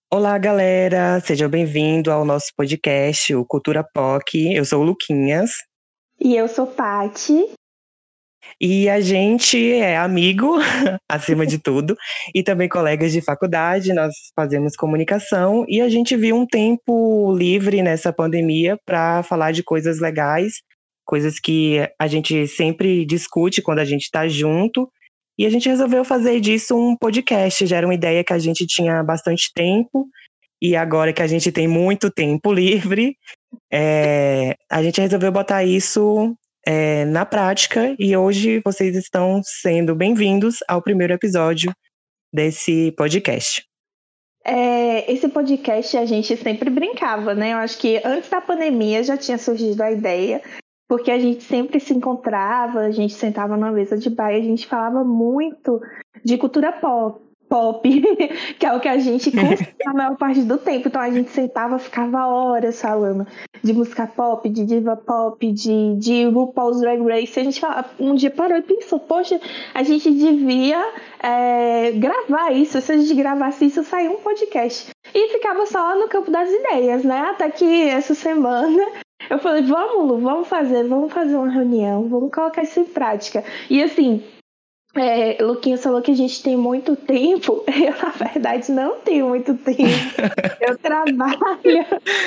Olá, galera! Seja bem-vindo ao nosso podcast, o Cultura POC. Eu sou o Luquinhas. E eu sou Paty. E a gente é amigo, acima de tudo, e também colegas de faculdade. Nós fazemos comunicação e a gente viu um tempo livre nessa pandemia para falar de coisas legais, coisas que a gente sempre discute quando a gente está junto. E a gente resolveu fazer disso um podcast. Já era uma ideia que a gente tinha bastante tempo. E agora que a gente tem muito tempo livre, a gente resolveu botar isso na prática e hoje vocês estão sendo bem-vindos ao primeiro episódio desse podcast. Esse podcast a gente sempre brincava, né? Eu acho que antes da pandemia já tinha surgido a ideia, porque a gente sempre se encontrava, a gente sentava numa mesa de bar e a gente falava muito de cultura pop, que é o que a gente consome a maior parte do tempo. Então a gente sentava, ficava horas falando de música pop, de diva pop, de RuPaul's Drag Race. A gente um dia parou e pensou, poxa, a gente devia gravar isso. Se a gente gravasse isso, saía um podcast. E ficava só no campo das ideias, né? Até que essa semana eu falei, vamos, Lu, vamos fazer uma reunião, vamos colocar isso em prática. E assim, Luquinha falou que a gente tem muito tempo. Eu, na verdade, não tenho muito tempo. Eu trabalho.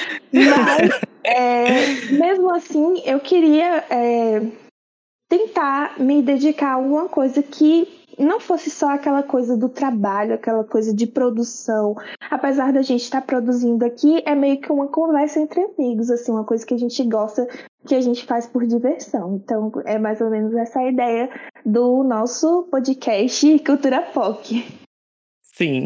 Mas, mesmo assim, eu queria tentar me dedicar a alguma coisa que não fosse só aquela coisa do trabalho, aquela coisa de produção. Apesar da gente estar produzindo aqui, é meio que uma conversa entre amigos, assim, uma coisa que a gente gosta, que a gente faz por diversão. Então, é mais ou menos essa a ideia do nosso podcast Cultura POC. Sim.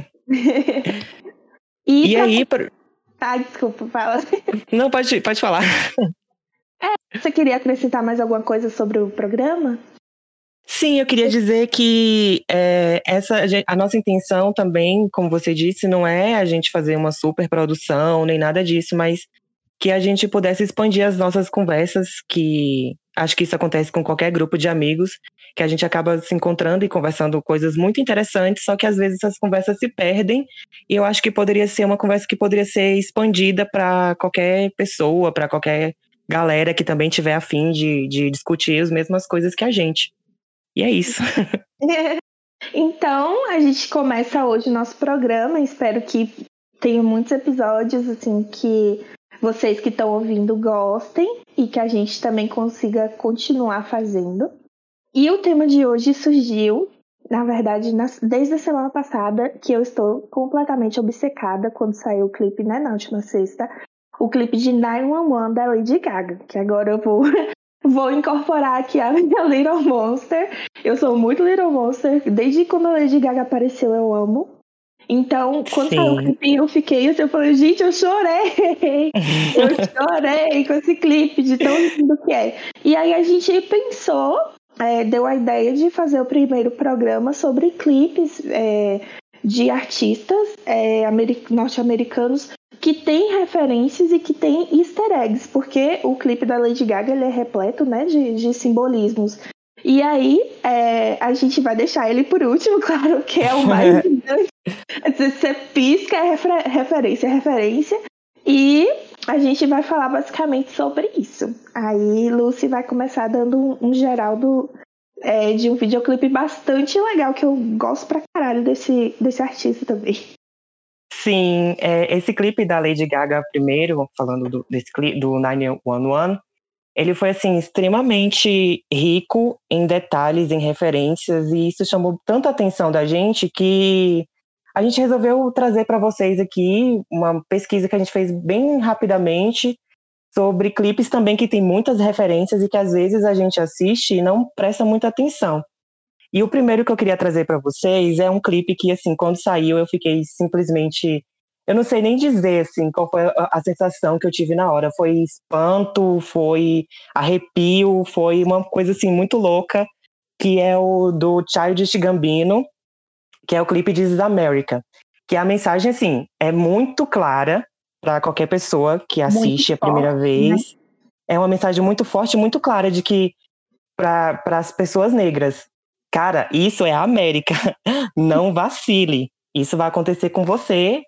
E aí... desculpa, fala. Não, pode falar. Você queria acrescentar mais alguma coisa sobre o programa? Sim, eu queria dizer que a nossa intenção também, como você disse, não é a gente fazer uma super produção, nem nada disso, mas que a gente pudesse expandir as nossas conversas, que acho que isso acontece com qualquer grupo de amigos, que a gente acaba se encontrando e conversando coisas muito interessantes, só que às vezes essas conversas se perdem, e eu acho que poderia ser uma conversa que poderia ser expandida para qualquer pessoa, para qualquer galera que também tiver a fim de discutir as mesmas coisas que a gente. E é isso. Então, a gente começa hoje o nosso programa. Espero que tenha muitos episódios, assim, que vocês que estão ouvindo gostem e que a gente também consiga continuar fazendo. E o tema de hoje surgiu, na verdade, desde a semana passada, que eu estou completamente obcecada quando saiu o clipe, né, na última sexta, o clipe de 911 da Lady Gaga, que agora eu vou incorporar aqui a minha Little Monster. Eu sou muito Little Monster. Desde quando a Lady Gaga apareceu, eu amo. Então, quando saiu o clipe, eu fiquei assim, eu falei, gente, eu chorei. Eu chorei com esse clipe, de tão lindo que é. E aí a gente pensou, deu a ideia de fazer o primeiro programa sobre clipes de artistas norte-americanos que tem referências e que tem easter eggs, porque o clipe da Lady Gaga ele é repleto, né, de simbolismos. E aí, a gente vai deixar ele por último, claro, que é o mais importante. Você pisca, referência, e a gente vai falar basicamente sobre isso. Aí, Lucy vai começar dando um geral de um videoclipe bastante legal, que eu gosto pra caralho desse artista também. Sim, esse clipe da Lady Gaga primeiro, falando desse clipe do 911, ele foi assim extremamente rico em detalhes, em referências, e isso chamou tanta atenção da gente que a gente resolveu trazer para vocês aqui uma pesquisa que a gente fez bem rapidamente sobre clipes também que tem muitas referências e que às vezes a gente assiste e não presta muita atenção. E o primeiro que eu queria trazer para vocês é um clipe que, assim, quando saiu eu fiquei simplesmente... Eu não sei nem dizer, assim, qual foi a sensação que eu tive na hora. Foi espanto, foi arrepio, foi uma coisa, assim, muito louca, que é o do Childish Gambino, que é o clipe This Is America. Que a mensagem, assim, é muito clara para qualquer pessoa que assiste a primeira vez. Né? É uma mensagem muito forte, muito clara de que para as pessoas negras, cara, isso é a América. Não vacile. Isso vai acontecer com você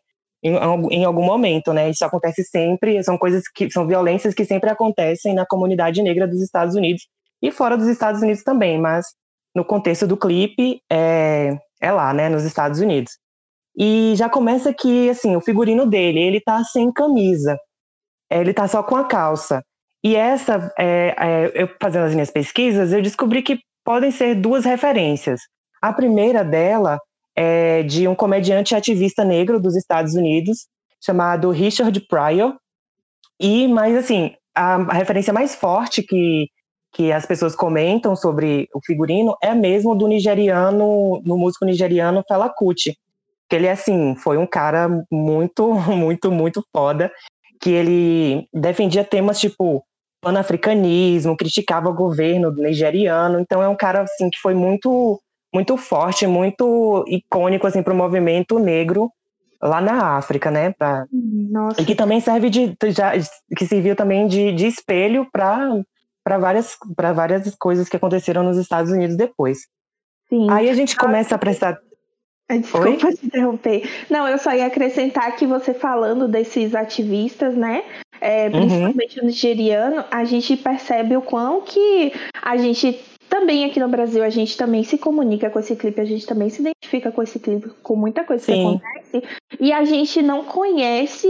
em algum momento, né? Isso acontece sempre, são violências que sempre acontecem na comunidade negra dos Estados Unidos e fora dos Estados Unidos também, mas no contexto do clipe é lá, né, nos Estados Unidos. E já começa que, assim, o figurino dele, ele tá sem camisa, ele tá só com a calça. E eu fazendo as minhas pesquisas, eu descobri que podem ser duas referências. A primeira dela é de um comediante ativista negro dos Estados Unidos, chamado Richard Pryor. Mas, assim, a referência mais forte que as pessoas comentam sobre o figurino é mesmo do músico nigeriano Fela Kuti. Que ele, assim, foi um cara muito, muito, muito foda, que ele defendia temas tipo panafricanismo, criticava o governo nigeriano. Então é um cara, assim, que foi muito, muito forte, muito icônico, assim, para o movimento negro lá na África, né? Nossa. E que também que serviu também de espelho para várias coisas que aconteceram nos Estados Unidos depois. Sim. Aí a gente começa a prestar... Desculpa te interromper. Não, eu só ia acrescentar que você falando desses ativistas, né? Principalmente o nigeriano, a gente percebe o quão que a gente também aqui no Brasil, a gente também se comunica com esse clipe, a gente também se identifica com esse clipe, com muita coisa que acontece, e a gente não conhece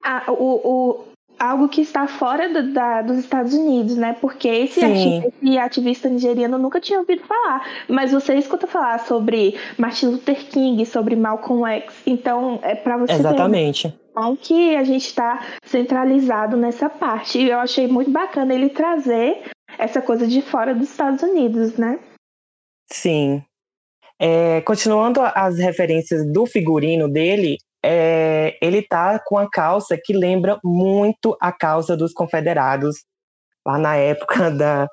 algo que está fora dos Estados Unidos, né? Porque esse ativista nigeriano eu nunca tinha ouvido falar. Mas você escuta falar sobre Martin Luther King, sobre Malcolm X. Então, é para você Exatamente. ver como que a gente está centralizado nessa parte. E eu achei muito bacana ele trazer essa coisa de fora dos Estados Unidos, né? Sim. Continuando as referências do figurino dele, ele tá com a calça que lembra muito a calça dos confederados, lá na época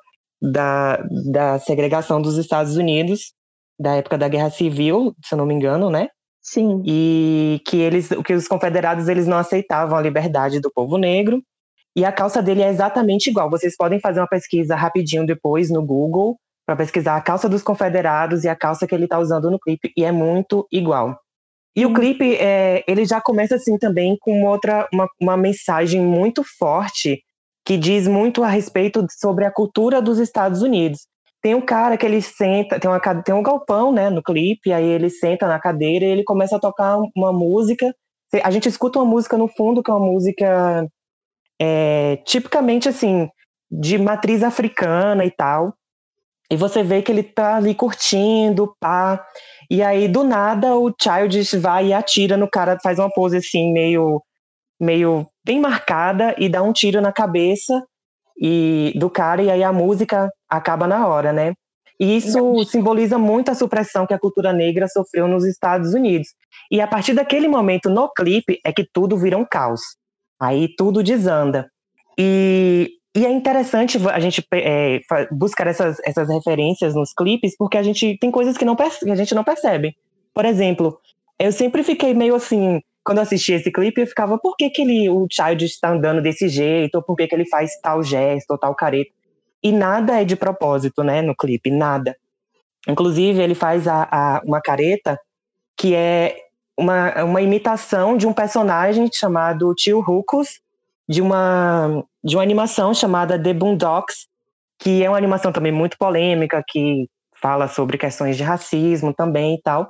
da segregação dos Estados Unidos, da época da Guerra Civil, se eu não me engano, né? Sim. E que os confederados eles não aceitavam a liberdade do povo negro, e a calça dele é exatamente igual. Vocês podem fazer uma pesquisa rapidinho depois no Google, para pesquisar a calça dos confederados e a calça que ele tá usando no clipe, e é muito igual. E o clipe, ele já começa assim também com uma mensagem muito forte, que diz muito a respeito sobre a cultura dos Estados Unidos. Tem um cara que ele senta, tem um galpão, né, no clipe, aí ele senta na cadeira e ele começa a tocar uma música. A gente escuta uma música no fundo, que é uma música tipicamente assim, de matriz africana e tal. E você vê que ele tá ali curtindo, pá. E aí, do nada, o Childish vai e atira no cara, faz uma pose assim, meio bem marcada, e dá um tiro na cabeça do cara, e aí a música acaba na hora, né? E isso simboliza muito a supressão que a cultura negra sofreu nos Estados Unidos. E a partir daquele momento, no clipe, é que tudo vira um caos. Aí tudo desanda. E é interessante a gente buscar essas referências nos clipes, porque a gente tem coisas que a gente não percebe. Por exemplo, eu sempre fiquei meio assim, quando eu assisti esse clipe, eu ficava, por que o Childish está andando desse jeito? Ou por que ele faz tal gesto ou tal careta? E nada é de propósito, né, no clipe, nada. Inclusive, ele faz uma careta que é uma imitação de um personagem chamado Tio Ruckus, de uma animação chamada The Boondocks, que é uma animação também muito polêmica, que fala sobre questões de racismo também e tal.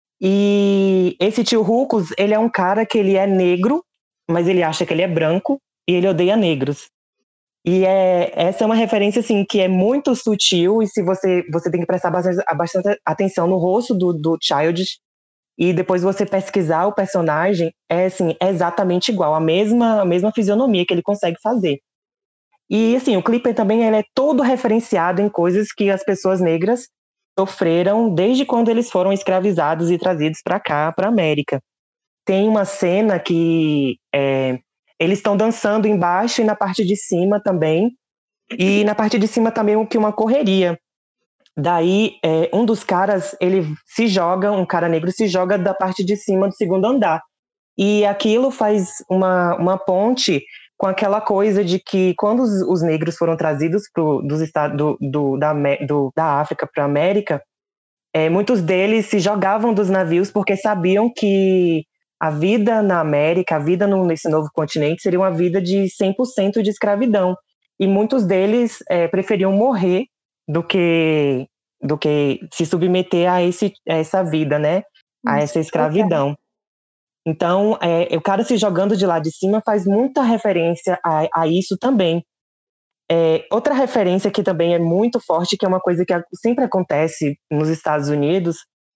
E esse Tio Ruckus, ele é um cara que ele é negro, mas ele acha que ele é branco, e ele odeia negros. E essa é uma referência, assim, que é muito sutil, e se você tem que prestar bastante atenção no rosto do Childish, e depois você pesquisar o personagem, assim, é exatamente igual, a mesma fisionomia que ele consegue fazer. E, assim, o clipe também ele é todo referenciado em coisas que as pessoas negras sofreram desde quando eles foram escravizados e trazidos para cá, para a América. Tem uma cena que eles estão dançando embaixo e na parte de cima também, e na parte de cima também uma correria. Daí, um dos caras, um cara negro se joga da parte de cima do segundo andar. E aquilo faz uma ponte com aquela coisa de que quando os negros foram trazidos dos estados da África para a América, muitos deles se jogavam dos navios porque sabiam que a vida na América, a vida nesse novo continente seria uma vida de 100% de escravidão. E muitos deles preferiam morrer do que se submeter a essa vida, né? A essa escravidão. Então, o cara se jogando de lá de cima faz muita referência a isso também. Outra referência que também é muito forte, que é uma coisa que sempre acontece nos Estados Unidos,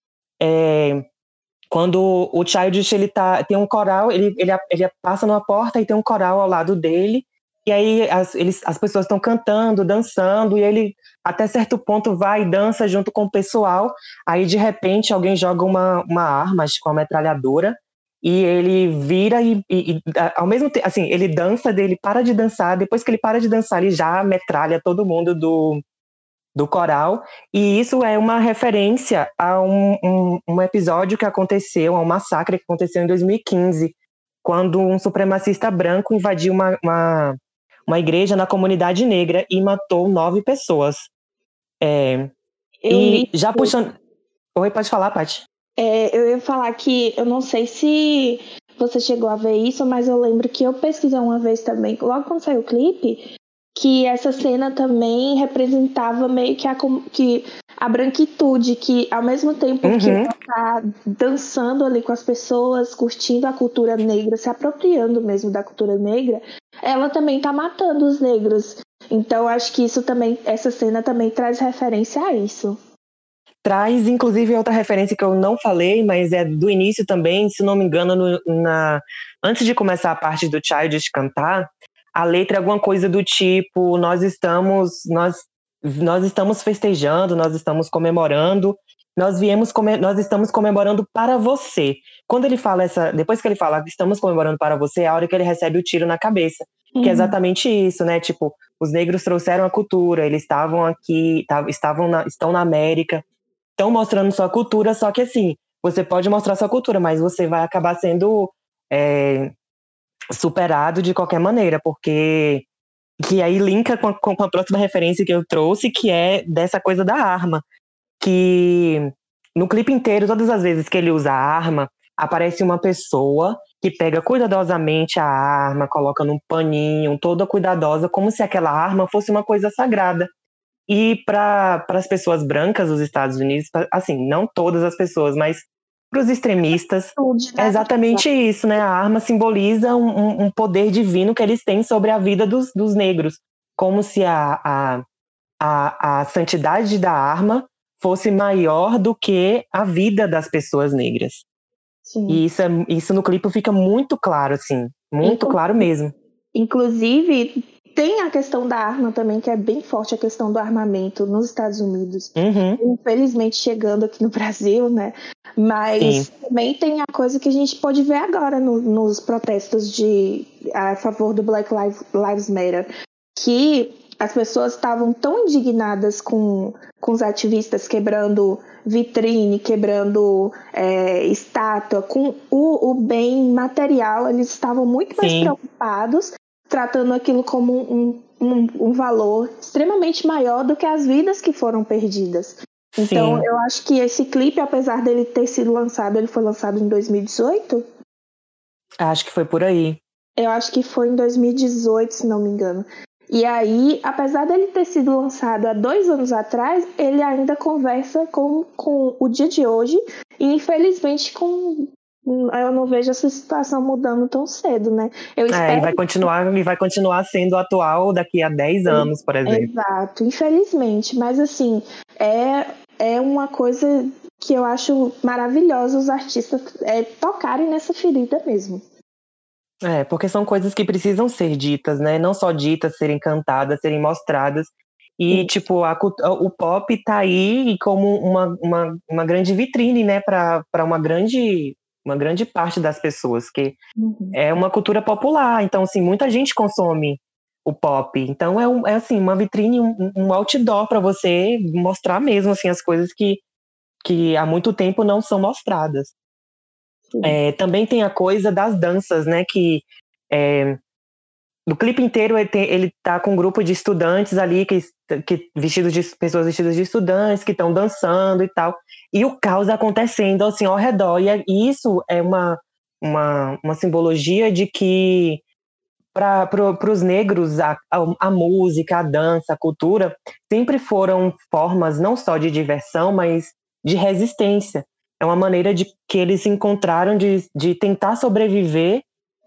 quando o Childish tem um coral, ele passa numa porta e tem um coral ao lado dele, e aí as pessoas estão cantando, dançando, e ele até certo ponto vai e dança junto com o pessoal. Aí de repente alguém joga uma arma, acho que uma metralhadora, e ele vira e ao mesmo tempo, assim, ele dança, ele para de dançar, depois que ele para de dançar, ele já metralha todo mundo do coral, e isso é uma referência a um episódio que aconteceu, a um massacre que aconteceu em 2015, quando um supremacista branco invadiu uma igreja na comunidade negra e matou 9 pessoas. E já puxando... Oi, pode falar, Paty. Eu ia falar que eu não sei se você chegou a ver isso, mas eu lembro que eu pesquisei uma vez também, logo quando saiu o clipe, que essa cena também representava meio que a branquitude, que ao mesmo tempo que ela tá dançando ali com as pessoas, curtindo a cultura negra, se apropriando mesmo da cultura negra, ela também tá matando os negros. Então acho que isso também, essa cena também traz referência a isso. Traz, inclusive, outra referência que eu não falei, mas é do início também, se não me engano, antes de começar a parte do Childish cantar, a letra é alguma coisa do tipo, nós estamos festejando, nós estamos comemorando, nós estamos comemorando para você. Quando ele fala depois que ele fala que estamos comemorando para você, é a hora que ele recebe o tiro na cabeça. Que é exatamente isso, né? Tipo, os negros trouxeram a cultura, eles estavam aqui, estão na América, estão mostrando sua cultura, só que assim, você pode mostrar sua cultura, mas você vai acabar sendo superado de qualquer maneira, porque que aí linka com a próxima referência que eu trouxe, que é dessa coisa da arma, que no clipe inteiro, todas as vezes que ele usa a arma, aparece uma pessoa que pega cuidadosamente a arma, coloca num paninho, toda cuidadosa, como se aquela arma fosse uma coisa sagrada. E para as pessoas brancas dos Estados Unidos, assim, não todas as pessoas, mas para os extremistas, é exatamente isso, né? A arma simboliza um poder divino que eles têm sobre a vida dos negros, como se a santidade da arma fosse maior do que a vida das pessoas negras. Sim. E isso no clipe fica muito claro, assim, muito claro mesmo. Inclusive, tem a questão da arma também, que é bem forte, a questão do armamento nos Estados Unidos. Infelizmente chegando aqui no Brasil, né? Mas também tem a coisa que a gente pode ver agora nos protestos a favor do Black Lives Matter, que as pessoas estavam tão indignadas com os ativistas quebrando vitrine, quebrando estátua, com o bem material, eles estavam muito mais preocupados, tratando aquilo como um valor extremamente maior do que as vidas que foram perdidas. Então, eu acho que esse clipe, apesar dele ter sido lançado, ele foi lançado em 2018? Acho que foi por aí. Eu acho que foi em 2018, se não me engano. E aí, apesar dele ter sido lançado há 2 anos atrás, ele ainda conversa com o dia de hoje. E, infelizmente, eu não vejo essa situação mudando tão cedo, né? Eu espero... E vai continuar sendo atual daqui a 10 anos, por exemplo. Exato, infelizmente. Mas, assim, é uma coisa que eu acho maravilhosa os artistas tocarem nessa ferida mesmo. Porque são coisas que precisam ser ditas, né? Não só ditas, serem cantadas, serem mostradas. E, tipo, o pop tá aí como uma grande vitrine, né? Para uma grande parte das pessoas, que é uma cultura popular. Então, assim, muita gente consome o pop. Então, assim, uma vitrine, um outdoor para você mostrar mesmo, assim, as coisas que há muito tempo não são mostradas. Também tem a coisa das danças, né? Que no clipe inteiro ele tá com um grupo de estudantes ali, que pessoas vestidas de estudantes, que estão dançando e tal. E o caos acontecendo, assim, ao redor. E isso é uma uma simbologia de que para os negros a música, a dança, a cultura sempre foram formas não só de diversão, mas de resistência. É uma maneira de que eles encontraram de tentar sobreviver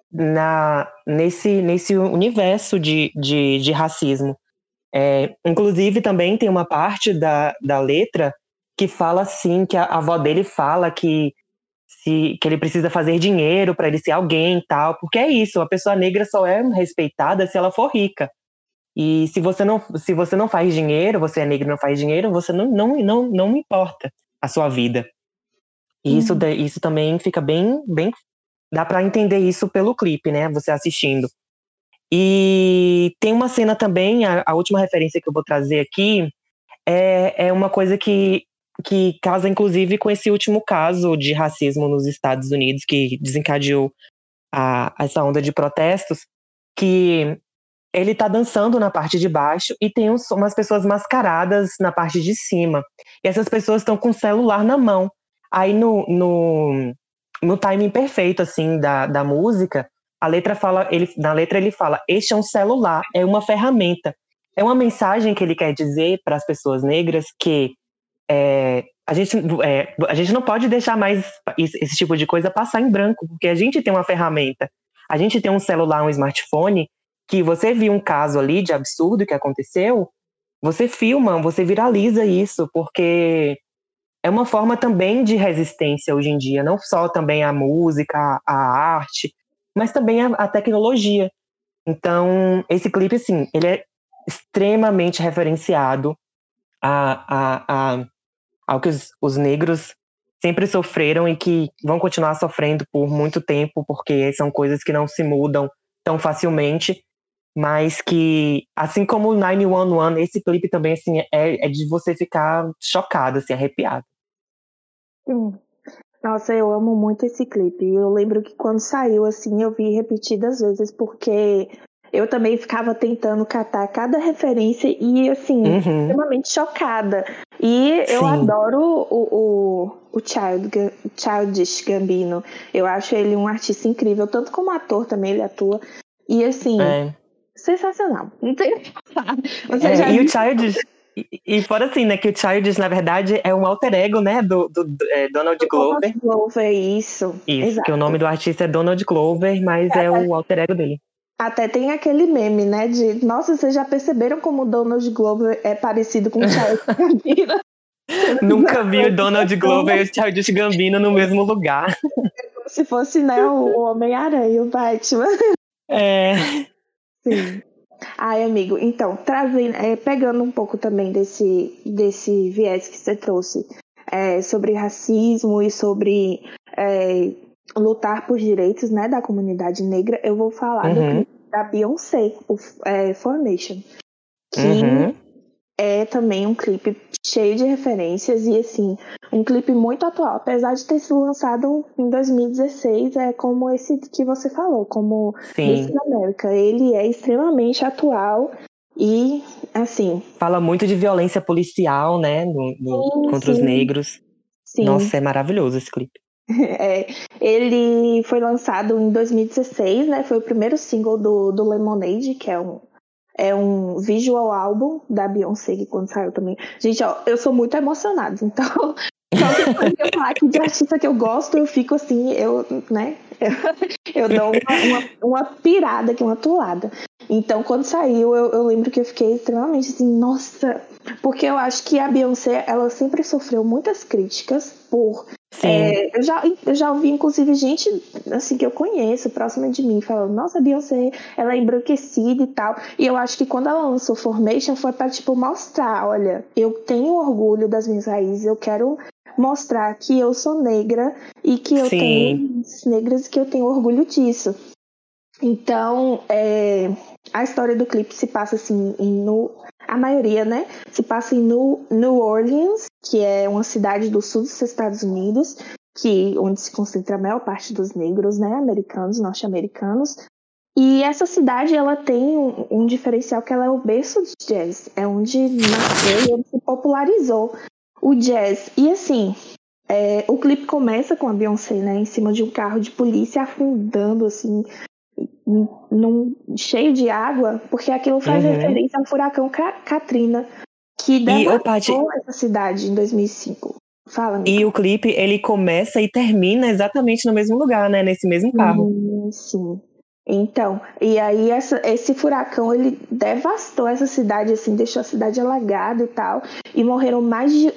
nesse universo de racismo. Inclusive, também tem uma parte da letra que fala assim, que a avó dele fala que ele precisa fazer dinheiro para ele ser alguém e tal, porque é isso, a pessoa negra só é respeitada se ela for rica. E se você não faz dinheiro, você é negro e não faz dinheiro, você não importa a sua vida. E isso também fica bem, bem, dá para entender isso pelo clipe, né, você assistindo. E tem uma cena também, a última referência que eu vou trazer aqui, é uma coisa que casa, inclusive, com esse último caso de racismo nos Estados Unidos, que desencadeou essa onda de protestos, que ele tá dançando na parte de baixo e tem umas pessoas mascaradas na parte de cima. E essas pessoas estão com o celular na mão. Aí no timing perfeito, assim, da música, na letra ele fala, este é um celular, é uma ferramenta. É uma mensagem que ele quer dizer para as pessoas negras que a gente não pode deixar mais esse tipo de coisa passar em branco, porque a gente tem uma ferramenta, a gente tem um celular, um smartphone, que você viu um caso ali de absurdo que aconteceu, você filma, você viraliza isso, porque é uma forma também de resistência hoje em dia, não só também a música, a arte, mas também a tecnologia. Então, esse clipe, assim, ele é extremamente referenciado ao que os negros sempre sofreram e que vão continuar sofrendo por muito tempo, porque são coisas que não se mudam tão facilmente, mas que, assim como o 911, esse clipe também, assim, é de você ficar chocado, assim, arrepiado. Nossa, eu amo muito esse clipe. Eu lembro que quando saiu, assim, eu vi repetidas vezes, porque eu também ficava tentando catar cada referência e, assim, extremamente chocada. E eu adoro o Childish Gambino. Eu acho ele um artista incrível, tanto como ator também ele atua. E, assim, sensacional. Não tem o que falar. E o Childish... E fora assim, né, que o Childish, na verdade, é um alter ego, né, do Donald Glover. Donald Glover, isso. Isso, Exato. que o nome do artista é Donald Glover, mas é o alter ego dele. Até tem aquele meme, né, de... Nossa, vocês já perceberam como o Donald Glover é parecido com o Childish Gambino? Nunca vi o Donald Glover e o Childish Gambino no mesmo lugar. Como se fosse, né, o Homem-Aranha, o Batman. Sim. Ai, amigo, então, pegando um pouco também desse viés que você trouxe sobre racismo e sobre lutar por direitos, né, da comunidade negra, eu vou falar do clipe da Beyoncé, o Formation, que é também um clipe cheio de referências e, assim, um clipe muito atual, apesar de ter sido lançado em 2016, como esse que você falou, como Miss América. Ele é extremamente atual e, assim... Fala muito de violência policial, né, contra os negros. Sim. Nossa, é maravilhoso esse clipe. Ele foi lançado em 2016, né, foi o primeiro single do Lemonade, que é um visual álbum da Beyoncé, que quando saiu também... Gente, ó, eu sou muito emocionada, então... Só que eu falar que de artista que eu gosto, eu fico assim, eu dou uma pirada aqui, uma toada. Então, quando saiu, eu lembro que eu fiquei extremamente assim, nossa... Porque eu acho que a Beyoncé, ela sempre sofreu muitas críticas por... eu já ouvi, inclusive, gente assim, que eu conheço, próxima de mim, falando, nossa, a Beyoncé, ela é embranquecida e tal. E eu acho que quando ela lançou Formation, foi pra, tipo, mostrar, olha, eu tenho orgulho das minhas raízes, eu quero mostrar que eu sou negra e que eu tenho negras e que eu tenho orgulho disso. Então, a história do clipe se passa assim, a maioria, né, se passa em New Orleans, que é uma cidade do sul dos Estados Unidos, onde se concentra a maior parte dos negros, né, americanos, norte-americanos. E essa cidade, ela tem um diferencial, que ela é o berço de jazz, é onde nasceu e onde se popularizou o jazz. E assim, O clipe começa com a Beyoncé, né, em cima de um carro de polícia afundando, assim, cheio de água, porque aquilo faz referência ao furacão Katrina, que devastou essa cidade em 2005. Fala, amiga. E o clipe, ele começa e termina exatamente no mesmo lugar, né? Nesse mesmo carro. Sim. Então, e aí esse furacão, ele devastou essa cidade, assim, deixou a cidade alagada e tal, e morreram mais de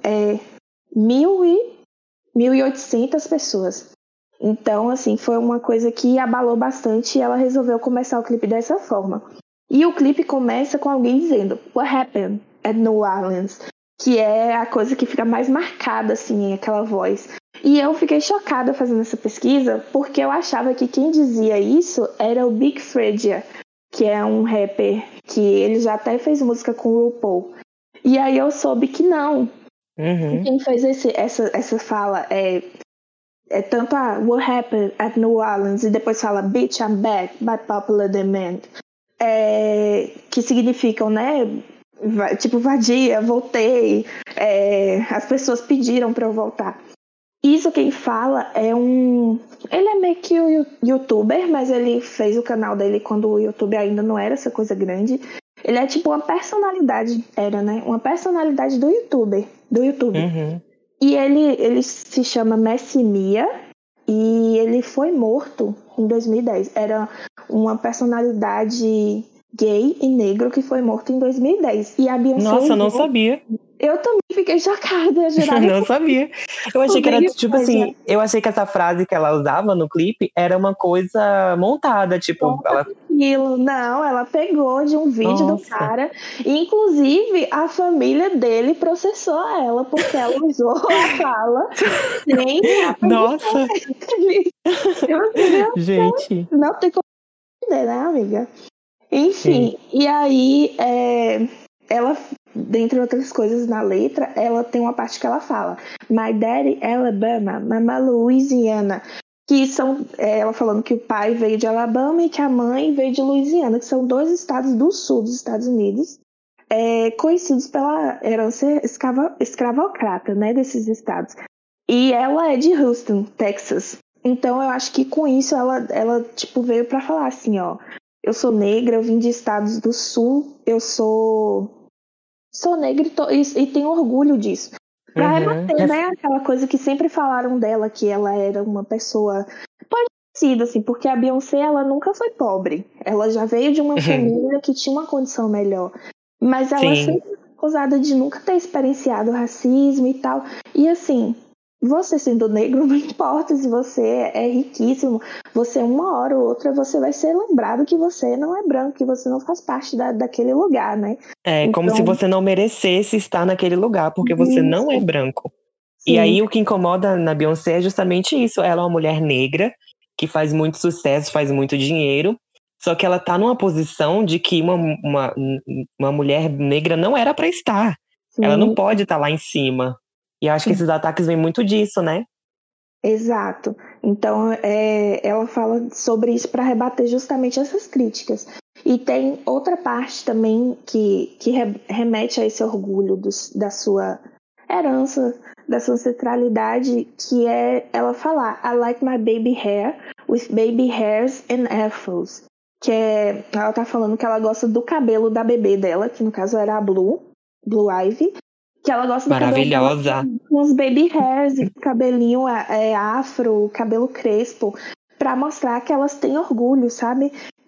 1.800 pessoas. Então, assim, foi uma coisa que abalou bastante e ela resolveu começar o clipe dessa forma. E o clipe começa com alguém dizendo "What happened at New Orleans?", que é a coisa que fica mais marcada, assim, aquela voz. E eu fiquei chocada fazendo essa pesquisa, porque eu achava que quem dizia isso era o Big Fredia, que é um rapper que ele já até fez música com o RuPaul. E aí eu soube que não. Quem fez essa fala é tanto a "What happened at New Orleans" e depois fala "Bitch, I'm back" by popular demand. Que significam, né? Tipo, vadia, voltei. As pessoas pediram pra eu voltar. Isso quem fala é ele é meio que um youtuber, mas ele fez o canal dele quando o YouTube ainda não era essa coisa grande. Ele é tipo uma personalidade, né? Uma personalidade do YouTube. E ele se chama Messi Mia e ele foi morto em 2010. Era uma personalidade gay e negro que foi morto em 2010. E a Beyoncé... Nossa, eu não sabia. Eu também fiquei chocada. Eu não sabia. Eu achei que era tipo assim, eu achei que essa frase que ela usava no clipe era uma coisa montada, tipo, Não, ela pegou de um vídeo do cara. Inclusive, a família dele processou ela porque ela usou a fala sem a Nossa! Gente! Não tem como entender, né, amiga? Enfim, e aí ela, dentre outras coisas na letra, ela tem uma parte que ela fala My daddy Alabama, mama Louisiana, que são ela falando que o pai veio de Alabama e que a mãe veio de Louisiana, que são 2 estados do sul dos Estados Unidos, conhecidos pela herança escravocrata, né, desses estados. E ela é de Houston, Texas. Então eu acho que com isso ela tipo, veio pra falar assim, ó, eu sou negra, eu vim de estados do sul, eu sou negra e tenho orgulho disso. Pra rebater, né, aquela coisa que sempre falaram dela, que ela era uma pessoa parecida, assim, porque a Beyoncé, ela nunca foi pobre. Ela já veio de uma família que tinha uma condição melhor. Mas ela sempre foi acusada de nunca ter experienciado racismo e tal. E assim, você sendo negro, não importa se você é riquíssimo, você uma hora ou outra você vai ser lembrado que você não é branco, que você não faz parte daquele lugar, né? Como se você não merecesse estar naquele lugar, porque você não é branco. Sim. E aí o que incomoda na Beyoncé é justamente isso. Ela é uma mulher negra, que faz muito sucesso, faz muito dinheiro, só que ela tá numa posição de que uma mulher negra não era pra estar. Sim. Ela não pode estar lá em cima. E acho que esses ataques vêm muito disso, né? Exato. Então, ela fala sobre isso para rebater justamente essas críticas. E tem outra parte também que remete a esse orgulho da sua herança, da sua ancestralidade, que é ela falar I like my baby hair with baby hairs and afros. Ela tá falando que ela gosta do cabelo da bebê dela, que no caso era a Blue Ivy, que ela gosta do maravilhosa, cabelo com os baby hairs e cabelinho afro, cabelo crespo, pra mostrar que elas têm orgulho, sabe?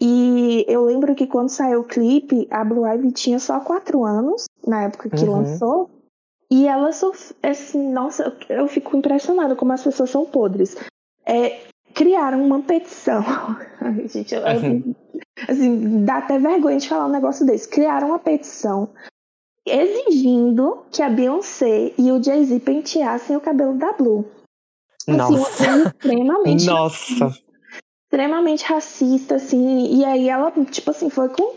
E eu lembro que quando saiu o clipe, a Blue Ivy tinha só 4 anos, na época que lançou, e ela assim, nossa, eu fico impressionada como as pessoas são podres. Criaram uma petição. Ai, gente, assim, dá até vergonha de falar um negócio desse. Criaram uma petição exigindo que a Beyoncé e o Jay-Z penteassem o cabelo da Blue. Assim, nossa. Extremamente nossa. Extremamente racista, assim. E aí ela, tipo assim, foi com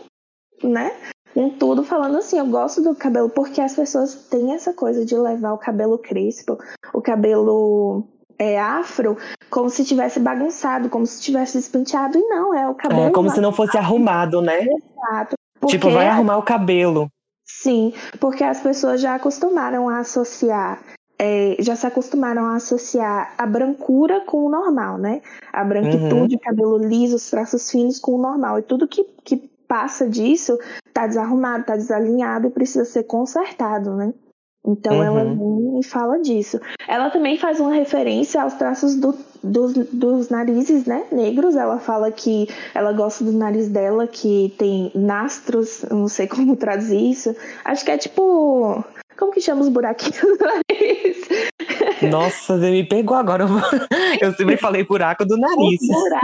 tudo falando assim, eu gosto do cabelo, porque as pessoas têm essa coisa de levar o cabelo crespo, o cabelo afro, como se tivesse bagunçado, como se tivesse despenteado, e não, é o cabelo... como se não fosse arrumado, né? Exato. Tipo, vai arrumar o cabelo. Sim, porque as pessoas já acostumaram a associar já se acostumaram a associar a brancura com o normal, né? A branquitude, o cabelo liso, os traços finos com o normal. E tudo que passa disso tá desarrumado, tá desalinhado e precisa ser consertado, né? Então ela vem e fala disso. Ela também faz uma referência aos traços dos narizes, né, negros. Ela fala que ela gosta do nariz dela, que tem nastros, eu não sei como traduzir isso. Acho que é tipo... Como que chama os buraquinhos do nariz? Nossa, você me pegou agora. Eu sempre falei buraco do nariz.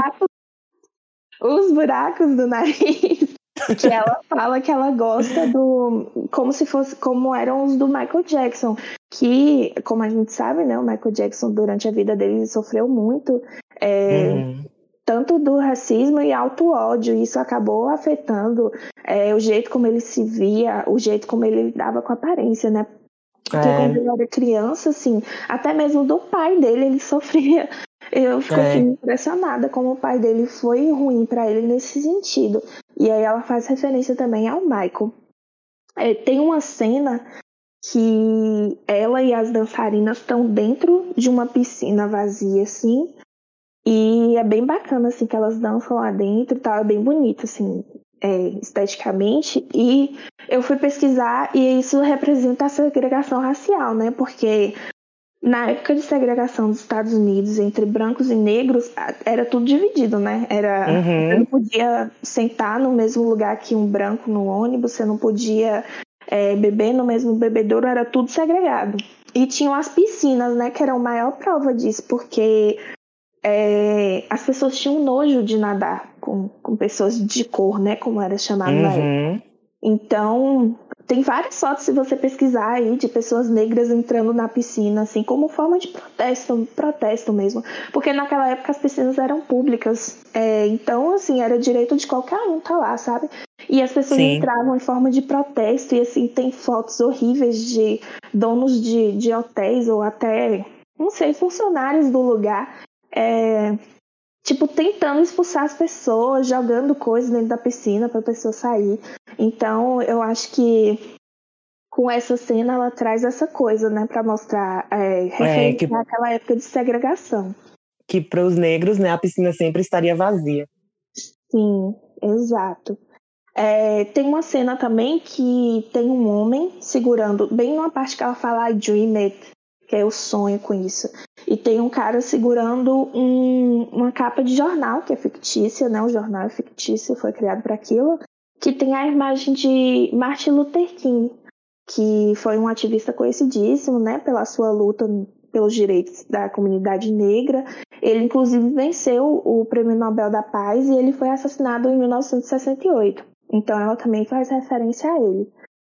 Os buracos do nariz. Que ela fala que ela gosta como eram os do Michael Jackson. Que, como a gente sabe, né, o Michael Jackson, durante a vida dele, sofreu muito. Tanto do racismo e auto-ódio. Isso acabou afetando o jeito como ele se via, o jeito como ele lidava com a aparência, né? Porque quando ele era criança, assim, até mesmo do pai dele, ele sofria. Eu fico impressionada como o pai dele foi ruim pra ele nesse sentido. E aí ela faz referência também ao Michael. Tem uma cena que ela e as dançarinas estão dentro de uma piscina vazia, assim. E é bem bacana, assim, que elas dançam lá dentro e tal. É bem bonito, assim, esteticamente. E eu fui pesquisar e isso representa a segregação racial, né? Porque na época de segregação dos Estados Unidos entre brancos e negros, era tudo dividido, né? Você não podia sentar no mesmo lugar que um branco no ônibus, você não podia beber no mesmo bebedouro, era tudo segregado. E tinham as piscinas, né? Que era a maior prova disso, porque... as pessoas tinham nojo de nadar com pessoas de cor, né, como era chamado na época. Então, tem várias fotos, se você pesquisar aí, de pessoas negras entrando na piscina, assim, como forma de protesto mesmo. Porque naquela época as piscinas eram públicas. Então, assim, era direito de qualquer um estar lá, sabe? E as pessoas entravam em forma de protesto. E, assim, tem fotos horríveis de donos de hotéis ou até, não sei, funcionários do lugar, tipo, tentando expulsar as pessoas, jogando coisas dentro da piscina para a pessoa sair. Então, eu acho que com essa cena ela traz essa coisa, né, para mostrar, referenciar aquela época de segregação. Que para os negros, né, a piscina sempre estaria vazia. Sim, exato. Tem uma cena também que tem um homem segurando, bem numa parte que ela fala I dream it, que é o sonho com isso. E tem um cara segurando uma capa de jornal, que é fictícia, né? O jornal é fictício, foi criado para aquilo, que tem a imagem de Martin Luther King, que foi um ativista conhecidíssimo, né? Pela sua luta pelos direitos da comunidade negra. Ele, inclusive, venceu o Prêmio Nobel da Paz e ele foi assassinado em 1968. Então, ela também faz referência a ele.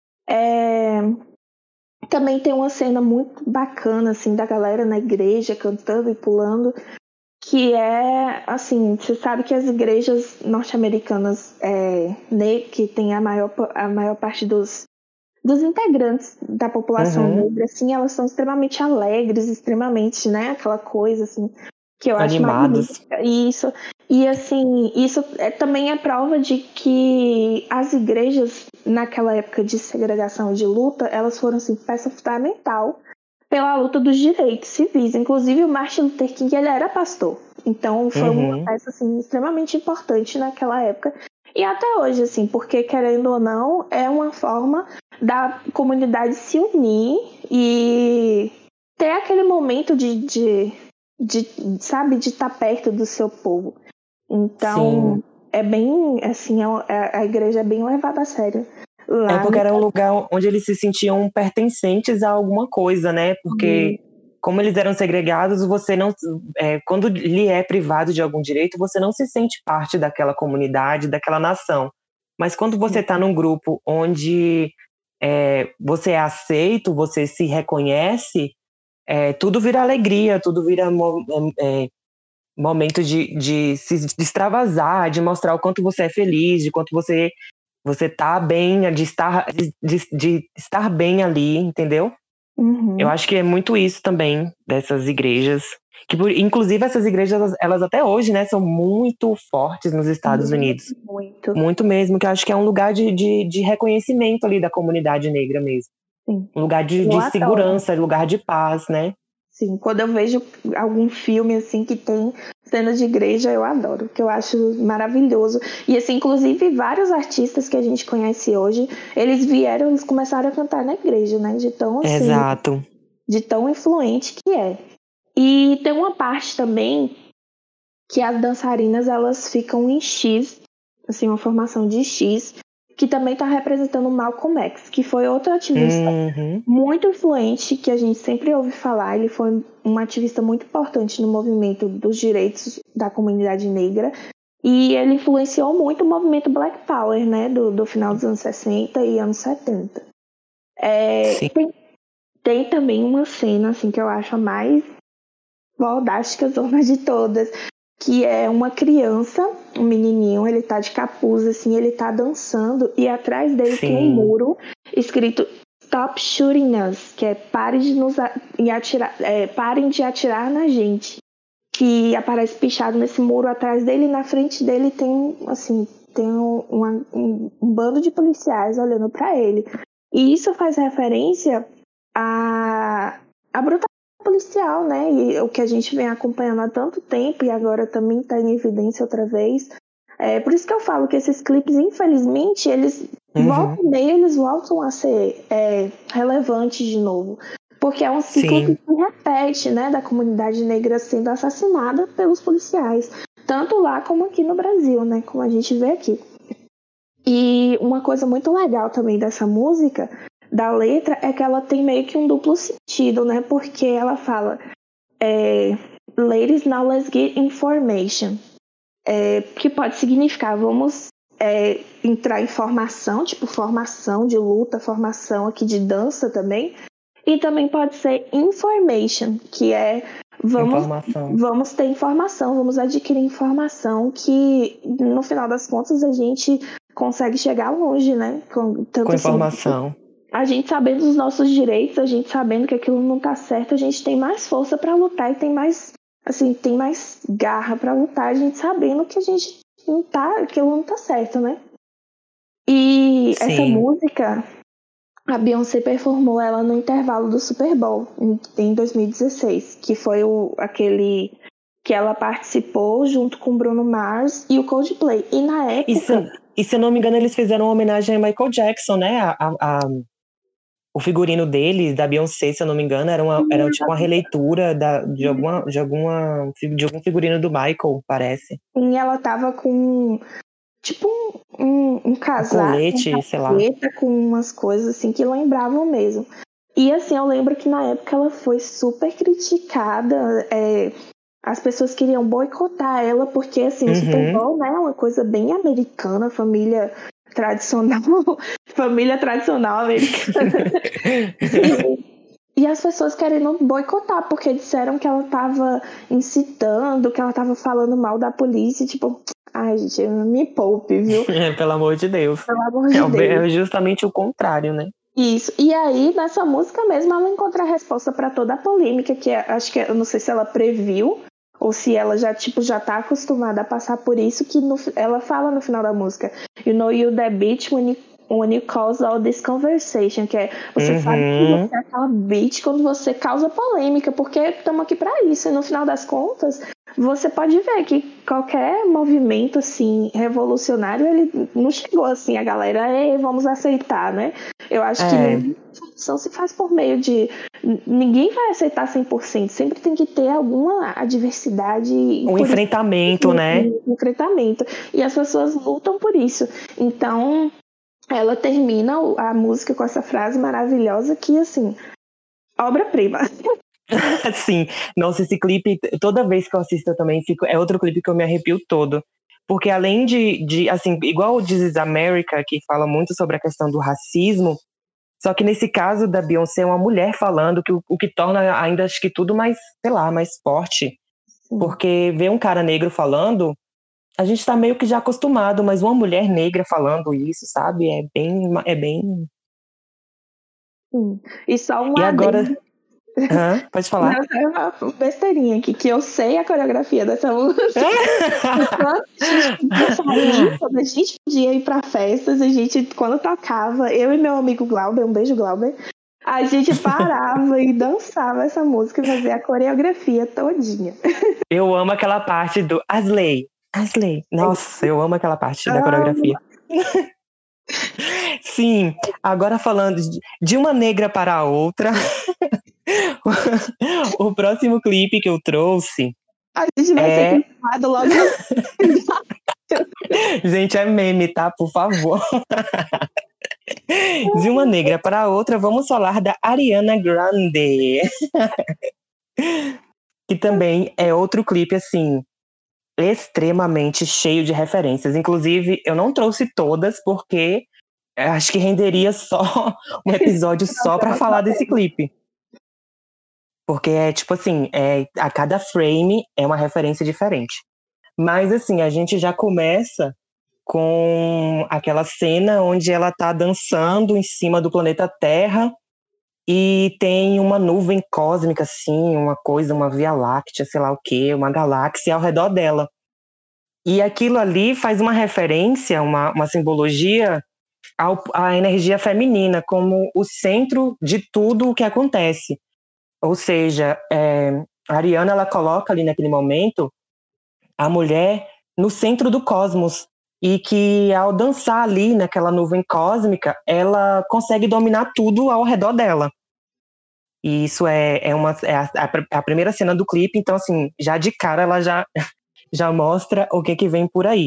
Também tem uma cena muito bacana, assim, da galera na igreja cantando e pulando, que assim, você sabe que as igrejas norte-americanas, que tem a maior parte dos integrantes da população negra, assim, elas são extremamente alegres, extremamente, né, aquela coisa, assim, que eu acho animados. Isso. E, assim, isso também é prova de que as igrejas, naquela época de segregação e de luta, elas foram, assim, peça fundamental pela luta dos direitos civis. Inclusive, o Martin Luther King, ele era pastor. Então, foi uma peça, assim, extremamente importante naquela época. E até hoje, assim, porque, querendo ou não, é uma forma da comunidade se unir e ter aquele momento sabe, de estar perto do seu povo. Então, é bem, assim, a igreja é bem levada a sério. Lá porque era um lugar onde eles se sentiam pertencentes a alguma coisa, né? Porque, como eles eram segregados, você não... quando lhe é privado de algum direito, você não se sente parte daquela comunidade, daquela nação. Mas quando você está num grupo onde você é aceito, você se reconhece, tudo vira alegria, tudo vira momento de se extravasar, de mostrar o quanto você é feliz, de quanto você tá bem, de estar bem ali, entendeu? Eu acho que é muito isso também dessas igrejas, que inclusive essas igrejas, elas até hoje, né, são muito fortes nos Estados Unidos. Muito mesmo, que eu acho que é um lugar de reconhecimento ali da comunidade negra mesmo. Sim. Lugar de segurança, lugar de paz, né? Sim, quando eu vejo algum filme assim que tem cena de igreja, eu adoro, que eu acho maravilhoso. E assim, inclusive vários artistas que a gente conhece hoje, eles começaram a cantar na igreja, né? De tão assim, Exato. de tão influente que é. E tem uma parte também que as dançarinas, elas ficam em X, assim, uma formação de X, que também está representando o Malcolm X, que foi outro ativista muito influente, que a gente sempre ouve falar. Ele foi um ativista muito importante no movimento dos direitos da comunidade negra, e ele influenciou muito o movimento Black Power, né, do final dos anos 60 e anos 70. Tem também uma cena, assim, que eu acho a mais fodástica zona de todas, que é uma criança, um menininho, ele tá de capuz, assim, ele tá dançando, e atrás dele tem um muro escrito Stop Shooting Us, que é parem de atirar na gente, que aparece pichado nesse muro atrás dele, e na frente dele tem, assim, tem um bando de policiais olhando pra ele. E isso faz referência à brutalidade policial, né? E o que a gente vem acompanhando há tanto tempo e agora também está em evidência outra vez. Por isso que eu falo que esses clipes, infelizmente, eles voltam a ser relevantes de novo. Porque é um ciclo que se repete, né? Da comunidade negra sendo assassinada pelos policiais. Tanto lá como aqui no Brasil, né? Como a gente vê aqui. E uma coisa muito legal também dessa música, da letra, é que ela tem meio que um duplo sentido, né? Porque ela fala Ladies, now let's get information. Que pode significar, vamos entrar em formação, tipo formação de luta, formação aqui de dança também. E também pode ser information, que é vamos ter informação, vamos adquirir informação, que no final das contas a gente consegue chegar longe, né? Com informação. Assim, a gente sabendo dos nossos direitos, a gente sabendo que aquilo não tá certo, a gente tem mais força para lutar e tem mais garra para lutar, a gente sabendo que a gente aquilo não tá certo, né? E essa música, a Beyoncé performou ela no intervalo do Super Bowl em 2016, que foi aquele que ela participou junto com Bruno Mars e o Coldplay. E na época... E se eu não me engano, eles fizeram uma homenagem a Michael Jackson, né? O figurino dele, da Beyoncé, se eu não me engano, era tipo uma releitura de algum figurino do Michael, parece. E ela tava com tipo um casaco, colete, sei lá, com umas coisas assim que lembravam mesmo. E assim, eu lembro que na época ela foi super criticada, as pessoas queriam boicotar ela, porque assim, o Super Bowl, né, é uma coisa bem americana, família tradicional americana. E as pessoas querendo boicotar, porque disseram que ela tava incitando, que ela tava falando mal da polícia, tipo, ai, gente, me poupe, viu? Pelo amor de Deus. Pelo amor de Deus. É justamente o contrário, né? Isso. E aí, nessa música mesmo, ela encontra a resposta para toda a polêmica, que acho que, eu não sei se ela previu, ou se ela já tá acostumada a passar por isso, que ela fala no final da música, you know you that bitch when you cause all this conversation, que é, você sabe que você é aquela bitch quando você causa polêmica, porque estamos aqui para isso, e no final das contas, você pode ver que qualquer movimento, assim, revolucionário, ele não chegou assim, a galera, vamos aceitar, né? Eu acho que não se faz por meio de... Ninguém vai aceitar 100%, sempre tem que ter alguma adversidade. Um enfrentamento, né? Um enfrentamento. E as pessoas lutam por isso. Então, ela termina a música com essa frase maravilhosa que, assim, obra-prima. Sim, nossa, esse clipe, toda vez que eu assisto eu também é outro clipe que eu me arrepio todo. Porque além de assim, igual o This Is America, que fala muito sobre a questão do racismo, só que nesse caso da Beyoncé é uma mulher falando, o que torna ainda, acho que tudo mais, sei lá, mais forte. Porque ver um cara negro falando, a gente tá meio que já acostumado, mas uma mulher negra falando isso, sabe? É bem... E só E agora... pode falar. Não, é uma besteirinha aqui, que eu sei a coreografia dessa música. Quando a gente podia ir pra festas, quando tocava, eu e meu amigo Glauber, um beijo, Glauber, A gente parava e dançava essa música e fazia a coreografia todinha. Eu amo aquela parte do Asley. Nossa, eu amo aquela parte da coreografia. Sim, agora falando de uma negra para a outra, o próximo clipe que eu trouxe A gente vai ser cancelado logo. Gente, é meme, tá? Por favor. De uma negra para a outra, vamos falar da Ariana Grande. Que também é outro clipe, assim, extremamente cheio de referências. Inclusive, eu não trouxe todas, porque acho que renderia só um episódio só para falar desse clipe. Porque é tipo assim, a cada frame é uma referência diferente. Mas assim, a gente já começa com aquela cena onde ela tá dançando em cima do planeta Terra e tem uma nuvem cósmica, assim, uma coisa, uma Via Láctea, sei lá o quê, uma galáxia ao redor dela. E aquilo ali faz uma referência, uma simbologia à energia feminina como o centro de tudo o que acontece. Ou seja, a Ariana, ela coloca ali naquele momento a mulher no centro do cosmos e que ao dançar ali naquela nuvem cósmica, ela consegue dominar tudo ao redor dela. E isso é a primeira cena do clipe, então assim, já de cara ela já mostra o que vem por aí.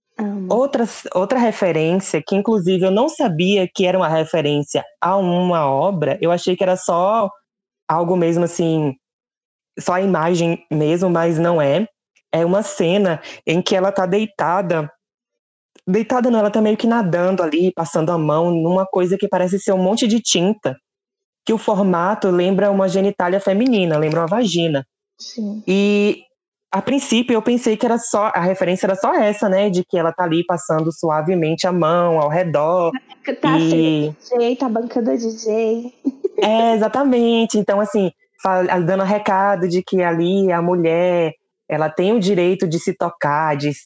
Outra referência, que inclusive eu não sabia que era uma referência a uma obra, eu achei que era só algo mesmo assim, só a imagem mesmo, mas não é. É uma cena em que ela tá deitada não, ela tá meio que nadando ali, passando a mão numa coisa que parece ser um monte de tinta, que o formato lembra uma genitália feminina, lembra uma vagina. Sim. E a princípio eu pensei que a referência era só essa, né, de que ela tá ali passando suavemente a mão ao redor. Tá sendo DJ, tá bancando a DJ. Exatamente. Então, assim, dando recado de que ali a mulher, ela tem o direito de se tocar, de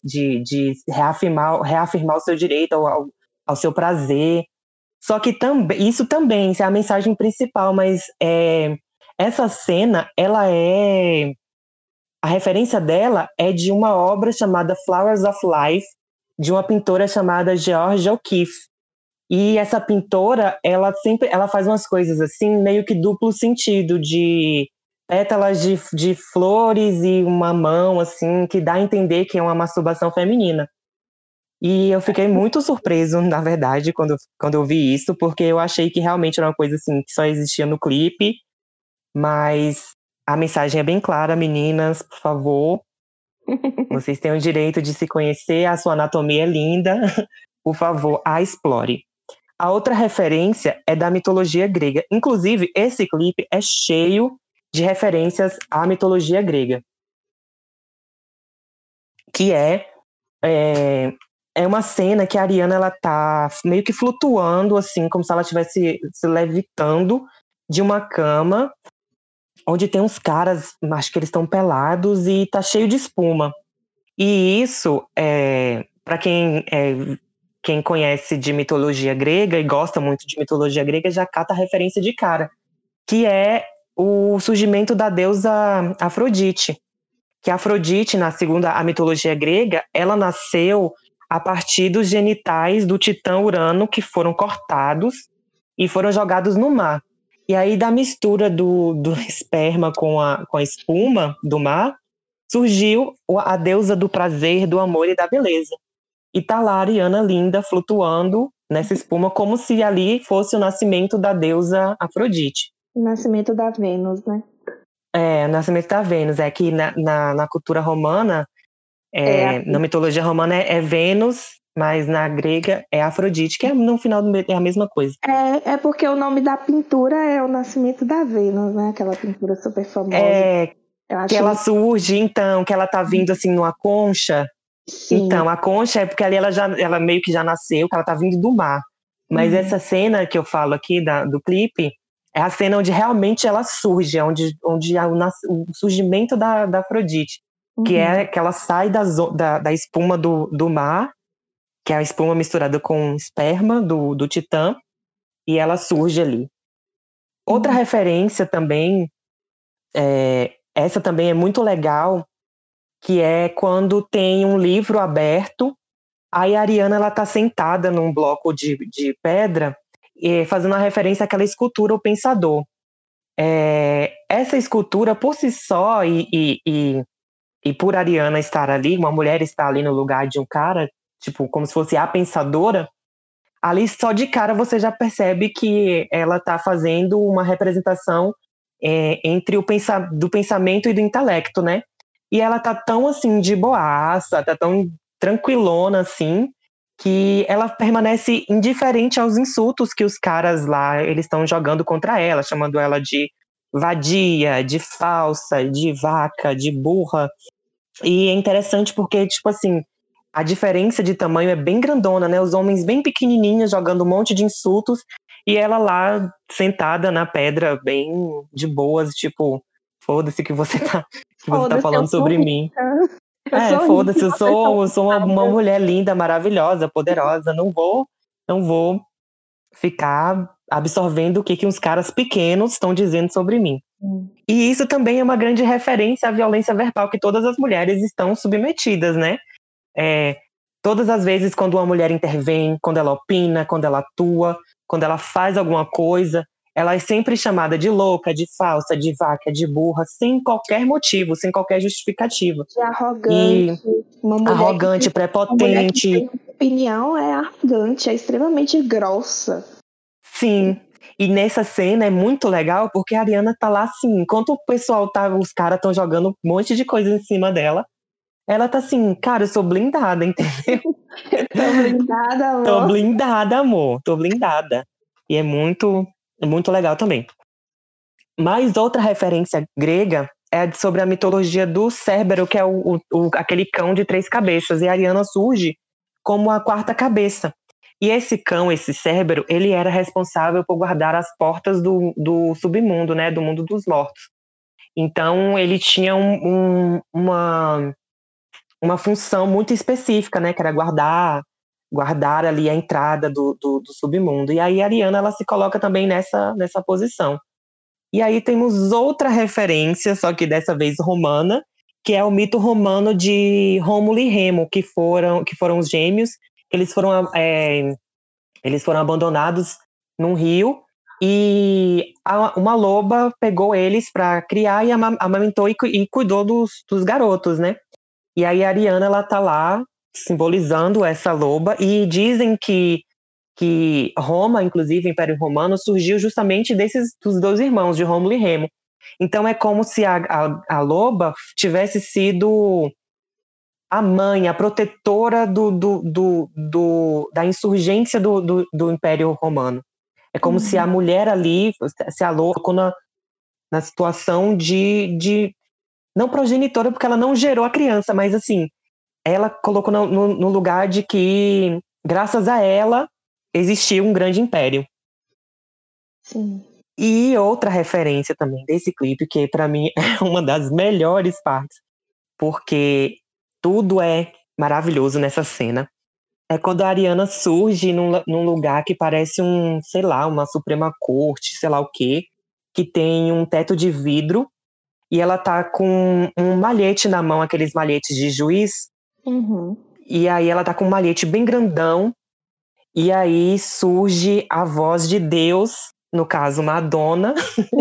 reafirmar o seu direito ao seu prazer. Só que isso também é a mensagem principal, mas essa cena, a referência dela é de uma obra chamada Flowers of Life, de uma pintora chamada Georgia O'Keeffe. E essa pintora, ela faz umas coisas assim, meio que duplo sentido, de pétalas de flores e uma mão, assim, que dá a entender que é uma masturbação feminina. E eu fiquei muito surpreso, na verdade, quando eu vi isso, porque eu achei que realmente era uma coisa assim, que só existia no clipe, mas a mensagem é bem clara, meninas, por favor. Vocês têm o direito de se conhecer, a sua anatomia é linda. Por favor, a explore. A outra referência é da mitologia grega. Inclusive, esse clipe é cheio de referências à mitologia grega. Que é uma cena que a Ariana, ela tá meio que flutuando, assim, como se ela estivesse se levitando de uma cama, onde tem uns caras, acho que eles estão pelados, e tá cheio de espuma. E isso, para quem conhece de mitologia grega e gosta muito de mitologia grega, já cata a referência de cara, que é o surgimento da deusa Afrodite. Que a Afrodite, segundo a mitologia grega, ela nasceu a partir dos genitais do titã Urano, que foram cortados e foram jogados no mar. E aí, da mistura do esperma com a espuma do mar, surgiu a deusa do prazer, do amor e da beleza. E tá lá a Ariana linda, flutuando nessa espuma, como se ali fosse o nascimento da deusa Afrodite. O nascimento da Vênus, né? O nascimento da Vênus. É que na cultura romana, na mitologia romana é Vênus, mas na grega é Afrodite, que no final é a mesma coisa. É porque o nome da pintura é o nascimento da Vênus, né? Aquela pintura super famosa. Que ela surge, então, que ela tá vindo assim numa concha. Sim. Então, a concha é porque ali ela meio que já nasceu, que ela tá vindo do mar. Mas essa cena que eu falo aqui do clipe é a cena onde realmente ela surge, onde há o surgimento da Afrodite, que é que ela sai da espuma do mar, que é a espuma misturada com esperma do titã, e ela surge ali. Outra referência também, essa também é muito legal, que é quando tem um livro aberto, aí a Ariana ela tá sentada num bloco de pedra, fazendo uma referência àquela escultura, O Pensador. Essa escultura, por si só, e por Ariana estar ali, uma mulher estar ali no lugar de um cara, tipo, como se fosse a pensadora, ali só de cara você já percebe que ela está fazendo uma representação entre do pensamento e do intelecto, né? E ela tá tão assim de boaça, tá tão tranquilona assim, que ela permanece indiferente aos insultos que os caras lá eles estão jogando contra ela, chamando ela de vadia, de falsa, de vaca, de burra. E é interessante porque, tipo assim, a diferença de tamanho é bem grandona, né? Os homens bem pequenininhos jogando um monte de insultos e ela lá sentada na pedra bem de boas, tipo, foda-se que você tá falando sobre mim. Foda-se, eu sou uma mulher linda, maravilhosa, poderosa, não vou ficar absorvendo o que uns caras pequenos estão dizendo sobre mim. E isso também é uma grande referência à violência verbal que todas as mulheres estão submetidas, né? Todas as vezes quando uma mulher intervém, quando ela opina, quando ela atua, quando ela faz alguma coisa, ela é sempre chamada de louca, de falsa, de vaca, de burra, sem qualquer motivo, sem qualquer justificativa. De arrogante. Arrogante, prepotente. Uma mulher que tem opinião é arrogante, é extremamente grossa. Sim. E nessa cena é muito legal porque a Ariana tá lá assim, enquanto os caras estão jogando um monte de coisa em cima dela, ela tá assim, cara, eu sou blindada, entendeu? Tô blindada, amor. Tô blindada, amor. Tô blindada. E é muito legal também. Mais outra referência grega é sobre a mitologia do Cérbero, que é aquele cão de 3 cabeças. E a Ariana surge como a 4ª cabeça. E esse cão, esse Cérbero, ele era responsável por guardar as portas do submundo, né? Do mundo dos mortos. Então, ele tinha uma função muito específica, né? Que era guardar ali a entrada do submundo. E aí a Ariana, ela se coloca também nessa posição. E aí temos outra referência, só que dessa vez romana, que é o mito romano de Rômulo e Remo, que foram os gêmeos. Eles foram abandonados num rio e uma loba pegou eles para criar e amamentou e cuidou dos garotos, né? E aí a Ariana, ela tá lá simbolizando essa loba e dizem que Roma, inclusive o Império Romano, surgiu justamente dos 2 irmãos, de Rômulo e Remo. Então é como se a loba tivesse sido a mãe, a protetora da insurgência do Império Romano. É como se a mulher ali, se a loba ficou na situação de não progenitora, porque ela não gerou a criança, mas assim, ela colocou no lugar de que, graças a ela, existia um grande império. Sim. E outra referência também desse clipe, que para mim é uma das melhores partes, porque tudo é maravilhoso nessa cena, é quando a Ariana surge num lugar que parece sei lá, uma Suprema Corte, sei lá o quê, que tem um teto de vidro, e ela tá com um malhete na mão, aqueles malhetes de juiz. Uhum. E aí ela tá com um malhete bem grandão, e aí surge a voz de Deus, no caso Madonna,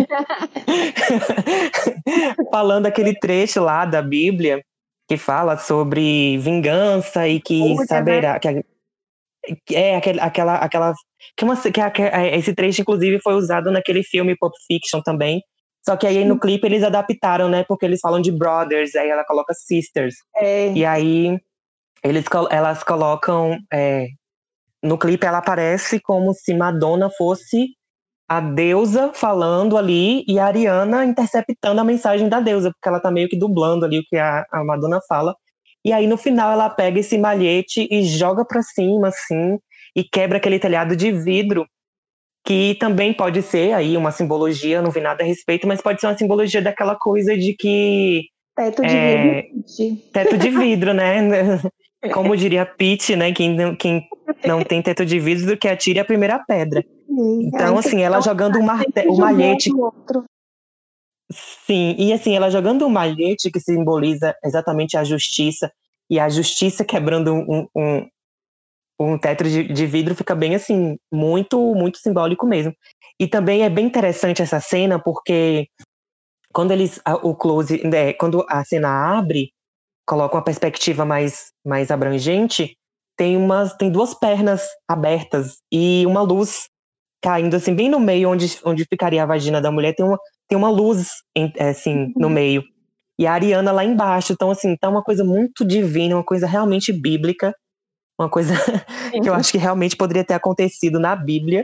falando aquele trecho lá da Bíblia que fala sobre vingança e que saberá, né? Esse trecho inclusive foi usado naquele filme Pulp Fiction também. Só que aí no clipe eles adaptaram, né? Porque eles falam de brothers, aí ela coloca sisters. E aí elas colocam no clipe ela aparece como se Madonna fosse a deusa falando ali e a Ariana interceptando a mensagem da deusa, porque ela tá meio que dublando ali o que a Madonna fala. E aí no final ela pega esse malhete e joga pra cima, assim, e quebra aquele telhado de vidro, que também pode ser aí uma simbologia, não vi nada a respeito, mas pode ser uma simbologia daquela coisa de que... Teto de vidro. Teto de vidro, né? Como diria Pitty, né? Quem não tem teto de vidro, que atire a primeira pedra. Então, assim, ela jogando o malhete. Sim, e assim, ela jogando o malhete que simboliza exatamente a justiça, e a justiça quebrando um teto de vidro fica bem assim, muito, muito simbólico mesmo. E também é bem interessante essa cena, porque quando o close, né, quando a cena abre, coloca uma perspectiva mais abrangente, tem duas pernas abertas e uma luz caindo assim bem no meio onde ficaria a vagina da mulher, tem uma luz assim no meio. E a Ariana lá embaixo, então assim, tá uma coisa muito divina, uma coisa realmente bíblica, uma coisa que eu acho que realmente poderia ter acontecido na Bíblia.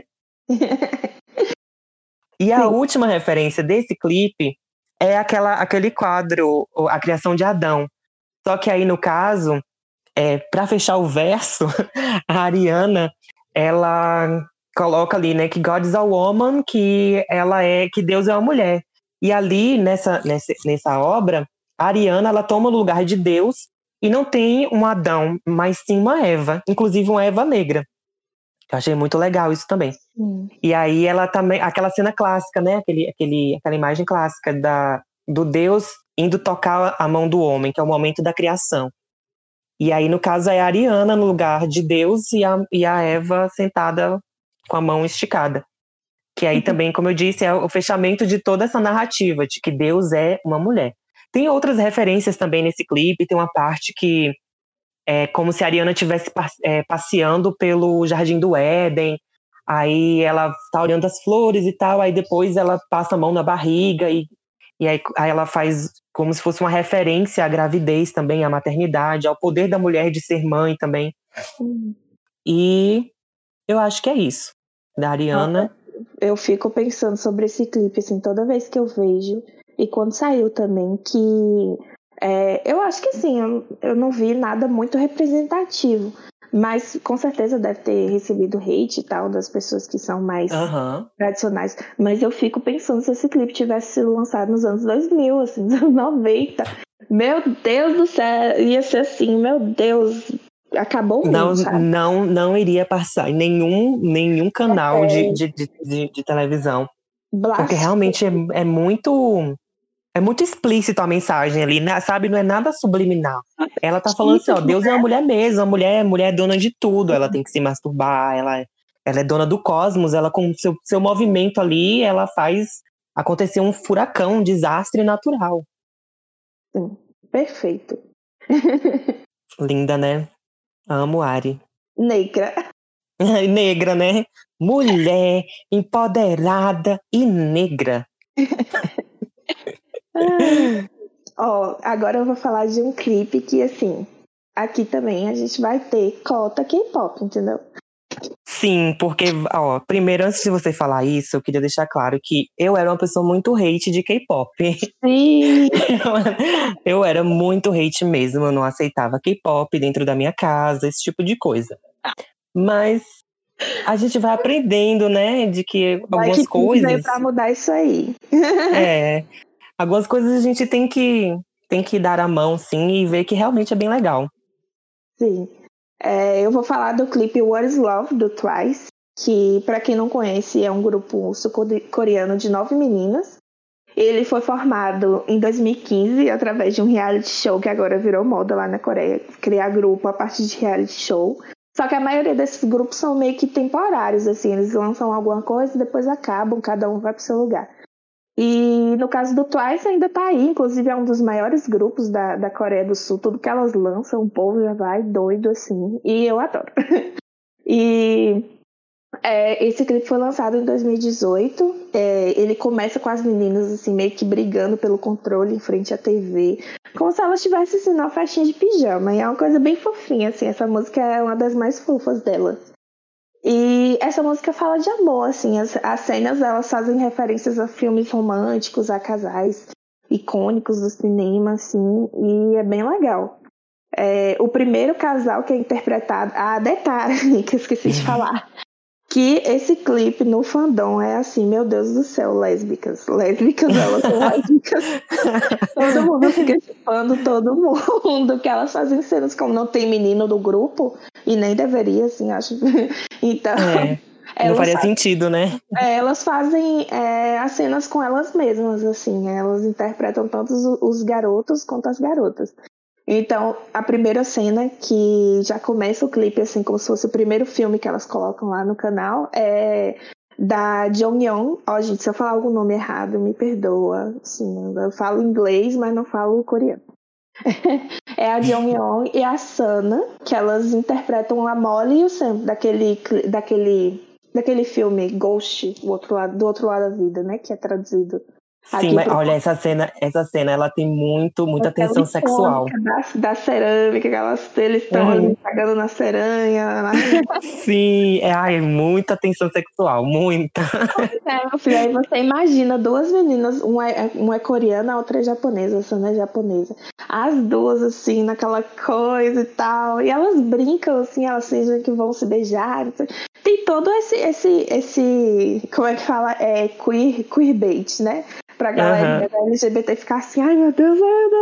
E a última referência desse clipe é aquele quadro, A Criação de Adão. Só que aí, no caso, para fechar o verso, a Ariana, ela coloca ali, né, que God is a woman, que Deus é uma mulher. E ali, nessa obra, a Ariana, ela toma o lugar de Deus e não tem um Adão, mas sim uma Eva, inclusive uma Eva negra. Eu achei muito legal isso também. E aí ela também, aquela cena clássica, né, aquela imagem clássica do Deus indo tocar a mão do homem, que é o momento da criação. E aí, no caso, é a Ariana no lugar de Deus e a Eva sentada com a mão esticada. Que aí também, como eu disse, é o fechamento de toda essa narrativa de que Deus é uma mulher. Tem outras referências também nesse clipe, tem uma parte que é como se a Ariana estivesse passeando pelo Jardim do Éden, aí ela tá olhando as flores e tal, aí depois ela passa a mão na barriga e aí ela faz como se fosse uma referência à gravidez também, à maternidade, ao poder da mulher de ser mãe também. E eu acho que é isso, da Ariana. Eu fico pensando sobre esse clipe, assim, toda vez que eu vejo, e quando saiu também, que eu acho que assim, eu não vi nada muito representativo, mas com certeza deve ter recebido hate e tal, das pessoas que são mais tradicionais, mas eu fico pensando se esse clipe tivesse sido lançado nos anos 2000, assim, nos anos 90, meu Deus do céu, ia ser assim, meu Deus, acabou o mundo, sabe? Não iria passar em nenhum canal de televisão, porque realmente é muito explícito a mensagem ali, né? Sabe? Não é nada subliminal. Ela tá falando assim, ó, Deus é uma mulher mesmo, a mulher é dona de tudo, ela tem que se masturbar, ela é dona do cosmos, ela com seu movimento ali, ela faz acontecer um furacão, um desastre natural. Sim, perfeito. Linda, né? Amo Ari. Negra. Negra, né? Mulher empoderada e negra. Agora eu vou falar de um clipe que, assim, aqui também a gente vai ter cota K-pop, entendeu? Sim, porque, primeiro, antes de você falar isso, eu queria deixar claro que eu era uma pessoa muito hate de K-pop. Sim! Eu era muito hate mesmo, eu não aceitava K-pop dentro da minha casa, esse tipo de coisa. Mas a gente vai aprendendo, né, de que algumas coisas... veio pra mudar isso aí. Algumas coisas a gente tem que dar a mão, sim, e ver que realmente é bem legal. Sim. Eu vou falar do clipe What is Love, do Twice, que, pra quem não conhece, é um grupo sul-coreano de 9 meninas. Ele foi formado em 2015 através de um reality show que agora virou moda lá na Coreia, criar grupo a partir de reality show. Só que a maioria desses grupos são meio que temporários, assim, eles lançam alguma coisa e depois acabam, cada um vai pro seu lugar. E no caso do Twice ainda tá aí, inclusive é um dos maiores grupos da Coreia do Sul, tudo que elas lançam, o povo já vai doido, assim, e eu adoro. E esse clipe foi lançado em 2018, ele começa com as meninas, assim, meio que brigando pelo controle em frente à TV, como se elas estivessem, assim, numa festinha de pijama, e é uma coisa bem fofinha, assim, essa música é uma das mais fofas dela. E essa música fala de amor, assim, as cenas elas fazem referências a filmes românticos, a casais icônicos do cinema, assim, e é bem legal. O primeiro casal que é interpretado... detalhe, que eu esqueci de falar, que esse clipe no fandom é assim, meu Deus do céu, lésbicas, elas são lésbicas. Todo mundo fica chipando todo mundo, que elas fazem cenas como não tem menino do grupo, e nem deveria, assim, acho. Então, Não faria sentido, né? Elas fazem as cenas com elas mesmas, assim. Elas interpretam tanto os garotos quanto as garotas. Então, a primeira cena, que já começa o clipe, assim, como se fosse o primeiro filme que elas colocam lá no canal, é da Jonghyun. Ó, gente, se eu falar algum nome errado, me perdoa. Assim, eu falo inglês, mas não falo coreano. É a Jonghyun e a Sana, que elas interpretam a Molly e o Sam, daquele filme Ghost, do outro lado da vida, né? Que é traduzido. Sim, mas olha, essa cena, ela tem muita tensão sexual. Da cerâmica, eles estão ali cagando na ceranha. Sim, muita tensão sexual, muita. Meu filho, aí você imagina duas meninas, uma é coreana, a outra é japonesa, a Sana é japonesa. As duas, assim, naquela coisa e tal. E elas brincam, assim, elas fingem que vão se beijar. Tem todo esse como é que fala? Queerbait, né? Pra galera da LGBT ficar assim, ai meu Deus.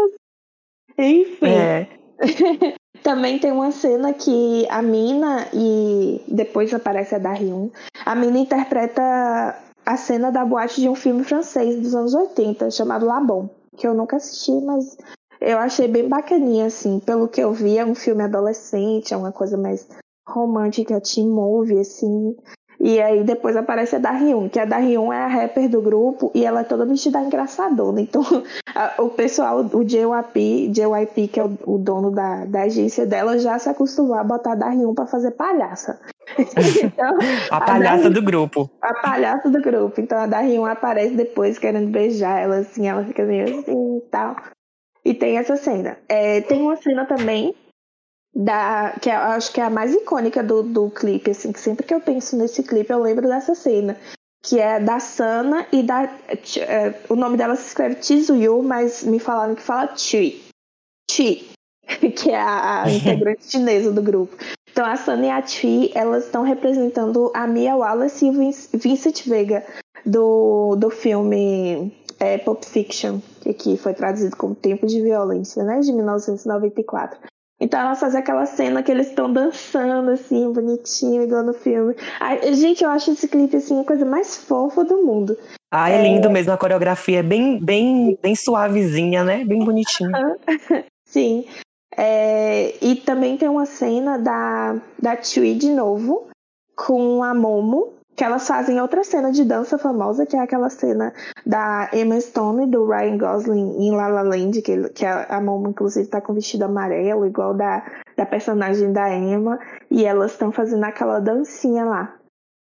Enfim. Também tem uma cena que a Mina, e depois aparece a Dahyun, a Mina interpreta a cena da boate de um filme francês dos anos 80, chamado La Bombe, que eu nunca assisti, mas eu achei bem bacaninha, assim. Pelo que eu vi, é um filme adolescente, é uma coisa mais romântica, teen movie, assim. E aí depois aparece a Dahyun, que a Dahyun é a rapper do grupo e ela é toda vestida engraçadona. Então o pessoal, o JYP, que é o dono da agência dela, já se acostumou a botar a Dahyun pra fazer palhaça. Então, a palhaça do grupo. A palhaça do grupo. Então a Dahyun aparece depois querendo beijar ela, assim, ela fica meio assim e tal. E tem essa cena. Tem uma cena também que eu acho que é a mais icônica do clipe, assim, que sempre que eu penso nesse clipe eu lembro dessa cena, que é da Sana e o nome dela se escreve Chizuyu, mas me falaram que fala Chi, que é a integrante chinesa do grupo. Então a Sana e a Chi, elas estão representando a Mia Wallace e o Vincent Vega do filme Pulp Fiction, que aqui foi traduzido como Tempo de Violência, né, de 1994. Então elas fazem aquela cena que eles estão dançando, assim, bonitinho, igual no filme. Gente, eu acho esse clipe, assim, a coisa mais fofa do mundo. É lindo mesmo, a coreografia é bem suavezinha, né? Bem bonitinha. Sim. E também tem uma cena da Chui de novo, com a Momo, que elas fazem outra cena de dança famosa, que é aquela cena da Emma Stone e do Ryan Gosling em La La Land, que a Momo, inclusive, tá com vestido amarelo, igual da personagem da Emma, e elas estão fazendo aquela dancinha lá.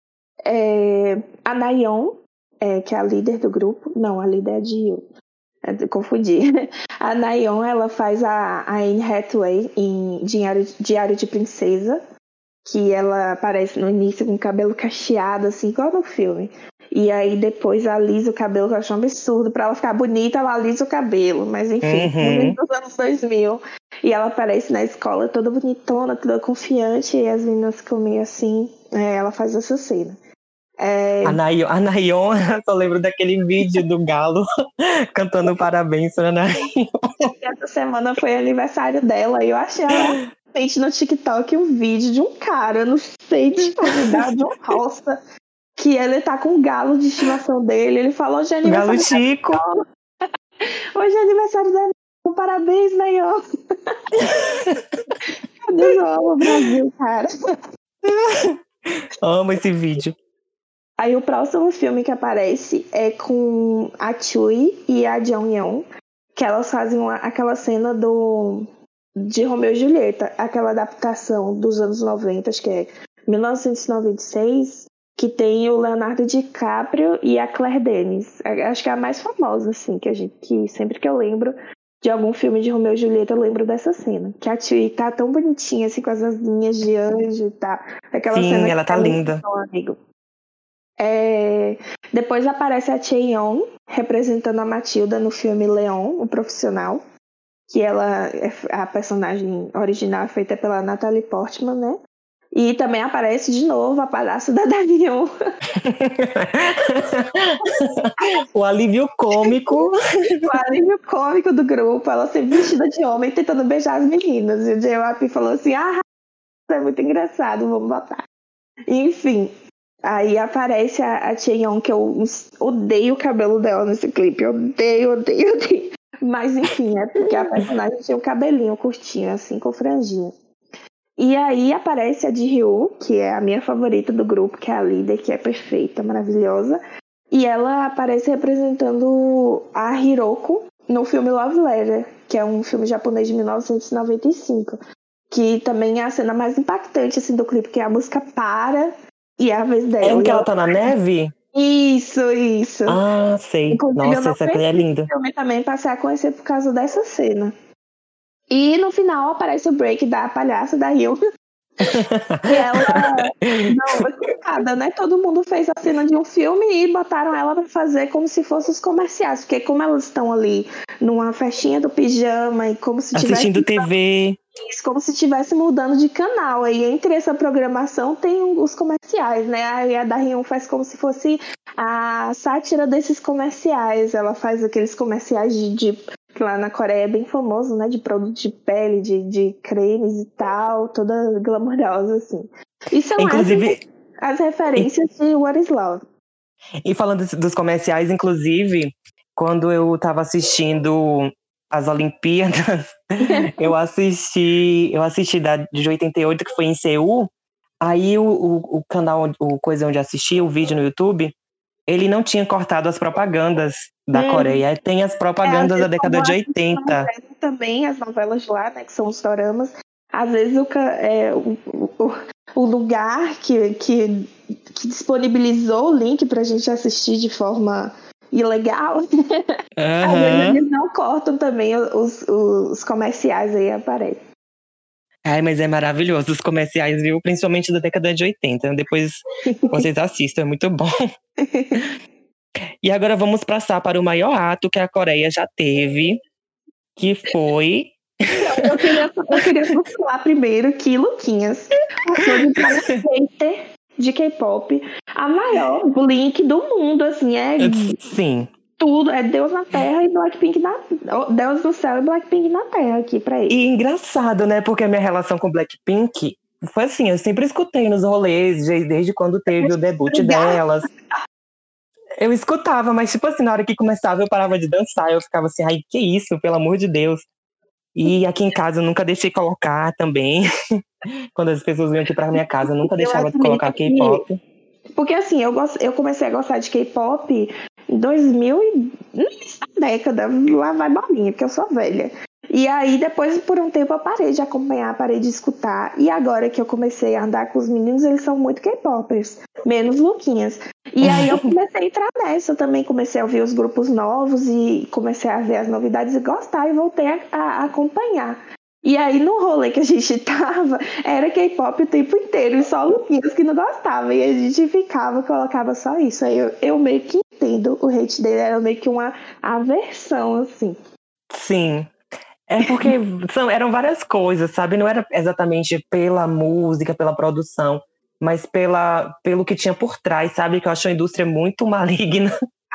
A Nayeon, que é a líder do grupo, não, a líder é a Jiu, confundi. A Nayeon, ela faz a Anne Hathaway em Diário de Princesa, que ela aparece no início com o cabelo cacheado, assim, igual no filme. E aí depois alisa o cabelo, que eu acho um absurdo. Pra ela ficar bonita, ela alisa o cabelo. Mas enfim, nos anos 2000. E ela aparece na escola toda bonitona, toda confiante. E as meninas ficam meio assim. Ela faz essa cena. A Nayeon, só lembro daquele vídeo do Galo cantando parabéns pra Nayeon. Essa semana foi aniversário dela e eu achei ela no TikTok um vídeo de um cara, não sei de convidado, de um roça, que ele tá com o galo de estimação dele. Ele falou: hoje é aniversário Galo Chico. Hoje é aniversário da Nayeon, parabéns, Nayeon. Meu Deus, eu amo o Brasil, cara. Amo esse vídeo. Aí o próximo filme que aparece é com a Chui e a Jonghyun, que elas fazem aquela cena de Romeu e Julieta, aquela adaptação dos anos 90, acho que é 1996, que tem o Leonardo DiCaprio e a Claire Denis. Acho que é a mais famosa, assim, que sempre que eu lembro de algum filme de Romeu e Julieta, eu lembro dessa cena. Que a Chui tá tão bonitinha, assim, com as asinhas de anjo e tá. Aquela Sim, cena ela tá linda. Amigo. Depois aparece a Chaeyoung representando a Matilda no filme Leon, o Profissional, que a personagem original é feita pela Natalie Portman, né? E também aparece de novo a palhaça da Dahyun. O alívio cômico. O alívio cômico do grupo, ela sempre vestida de homem tentando beijar as meninas. E o JYP falou assim: é muito engraçado, vamos botar. Enfim. Aí aparece a Chaeyoung, que eu odeio o cabelo dela nesse clipe. Odeio. Mas enfim, é porque a personagem tinha um cabelinho curtinho, assim, com franjinha. E aí aparece a Ji-Hyo, que é a minha favorita do grupo, que é a líder, que é perfeita, maravilhosa. E ela aparece representando a Hiroko no filme Love Letter, que é um filme japonês de 1995. Que também é a cena mais impactante assim, do clipe, que a música para e é a vez dela. É um que ela tá na neve? Isso. Ah, sei. Inclusive, Nossa, essa aqui é linda. Eu também passei a conhecer por causa dessa cena. E no final aparece o break da palhaça da Rio. E ela não foi colocada, né? Todo mundo fez a cena de um filme e botaram ela pra fazer como se fossem os comerciais. Porque como elas estão ali numa festinha do pijama e como se assistindo TV. Isso, como se estivesse mudando de canal. Aí entre essa programação tem os comerciais, né? Aí a Dahyun faz como se fosse a sátira desses comerciais. Ela faz aqueles comerciais de que lá na Coreia é bem famoso, né? De produto de pele, de cremes e tal, toda glamourosa, assim. E são inclusive, as referências de What is Love. E falando dos comerciais, inclusive, quando eu tava assistindo as Olimpíadas, eu assisti de 88, que foi em Seul. Aí o canal, o coisa onde assisti, o vídeo no YouTube, ele não tinha cortado as propagandas da Coreia. Tem as propagandas da década de 80. Também as novelas de lá, né, que são os doramas. Às vezes o lugar que disponibilizou o link pra gente assistir de forma ilegal, às vezes eles não cortam também os comerciais, aí aparecem. Ai, mas é maravilhoso os comerciais, viu? Principalmente da década de 80. Depois vocês assistam, é muito bom. E agora vamos passar para o maior ato que a Coreia já teve, que foi... Eu queria falar primeiro que Luquinhas, hater de K-pop, a maior Blink do mundo, assim, Sim. Tudo, é Deus na Terra e Blackpink Deus no céu e Blackpink na Terra aqui pra ele. E engraçado, né? Porque a minha relação com Blackpink foi assim, eu sempre escutei nos rolês, desde quando teve o debut delas. Eu escutava, mas tipo assim, na hora que começava eu parava de dançar, eu ficava assim, ai, que isso, pelo amor de Deus. E aqui em casa eu nunca deixei colocar também. Quando as pessoas vinham aqui pra minha casa, eu nunca deixava de colocar K-pop. Porque assim, eu comecei a gostar de K-pop em 2000 e década, lá vai bolinha, porque eu sou velha. E aí, depois, por um tempo, eu parei de acompanhar, parei de escutar. E agora que eu comecei a andar com os meninos, eles são muito K-popers, menos Luquinhas. E aí eu comecei a entrar nessa, eu também comecei a ouvir os grupos novos e comecei a ver as novidades e gostar, e voltei a acompanhar. E aí, no rolê que a gente tava, era K-pop o tempo inteiro, e só Luquinhas que não gostava. E a gente colocava só isso. Aí eu meio que entendo o hate dele, era meio que uma aversão, assim. Sim. É porque eram várias coisas, sabe? Não era exatamente pela música, pela produção, mas pelo que tinha por trás, sabe? Que eu acho a indústria muito maligna.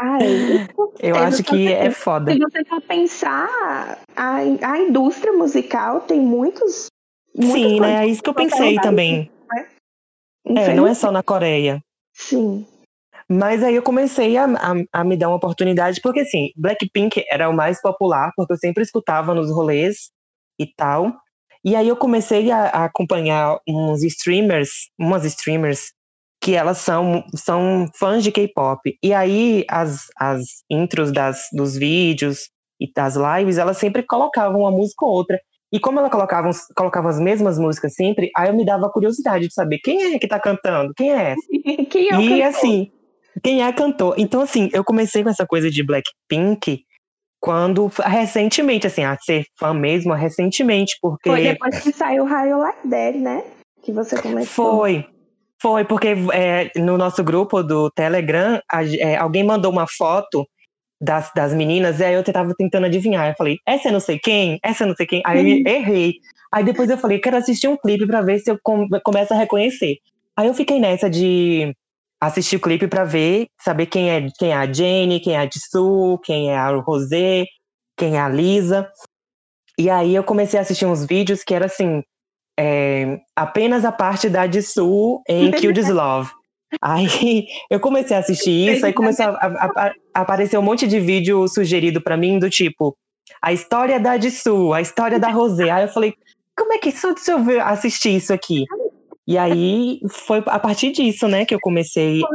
Eu acho que é foda. Se você for pensar, a indústria musical tem muitas Sim, né? É isso que eu pensei também. Né? Não é só na Coreia. Sim. Mas aí eu comecei a me dar uma oportunidade, porque assim, Blackpink era o mais popular, porque eu sempre escutava nos rolês e tal. E aí eu comecei a acompanhar umas streamers, que elas são fãs de K-pop. E aí as intros dos vídeos e das lives, elas sempre colocavam uma música ou outra. E como ela colocava as mesmas músicas sempre, aí eu me dava a curiosidade de saber quem é que tá cantando, quem é essa? Quem é o E cantor? assim, quem é cantor? Então assim, eu comecei com essa coisa de Blackpink recentemente, assim, a ser fã mesmo, recentemente, porque... Foi depois que saiu How You Like That, né? Que você começou. Foi, porque no nosso grupo do Telegram, alguém mandou uma foto das meninas, e aí eu tava tentando adivinhar. Eu falei, essa é não sei quem? Essa é não sei quem? Aí errei. Aí depois eu falei, quero assistir um clipe pra ver se eu começo a reconhecer. Aí eu fiquei nessa de assistir o clipe pra ver, saber quem é a Jennie, quem é a Jisoo, quem é a Rosé, quem é a Lisa. E aí eu comecei a assistir uns vídeos que era assim, apenas a parte da Jisoo em Kill This Love. Aí eu comecei a assistir isso, aí começou a aparecer um monte de vídeo sugerido pra mim, do tipo, a história da Jisoo, a história da Rosé. Aí eu falei, como é que isso? Deixa eu ver, assistir isso aqui. E aí foi a partir disso, né, que eu comecei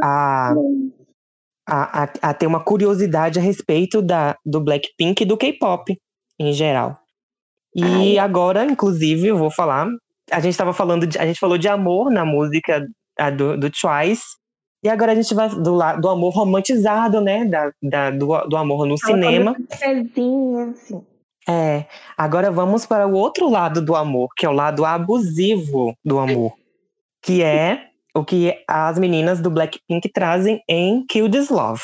a ter uma curiosidade a respeito do Blackpink e do K-pop em geral. E agora, inclusive, eu vou falar. A gente falou de amor na música do Twice. E agora a gente vai do amor romantizado, né? Do amor no cinema. Assim. Agora vamos para o outro lado do amor, que é o lado abusivo do amor. Que é o que as meninas do Blackpink trazem em Kill This Love.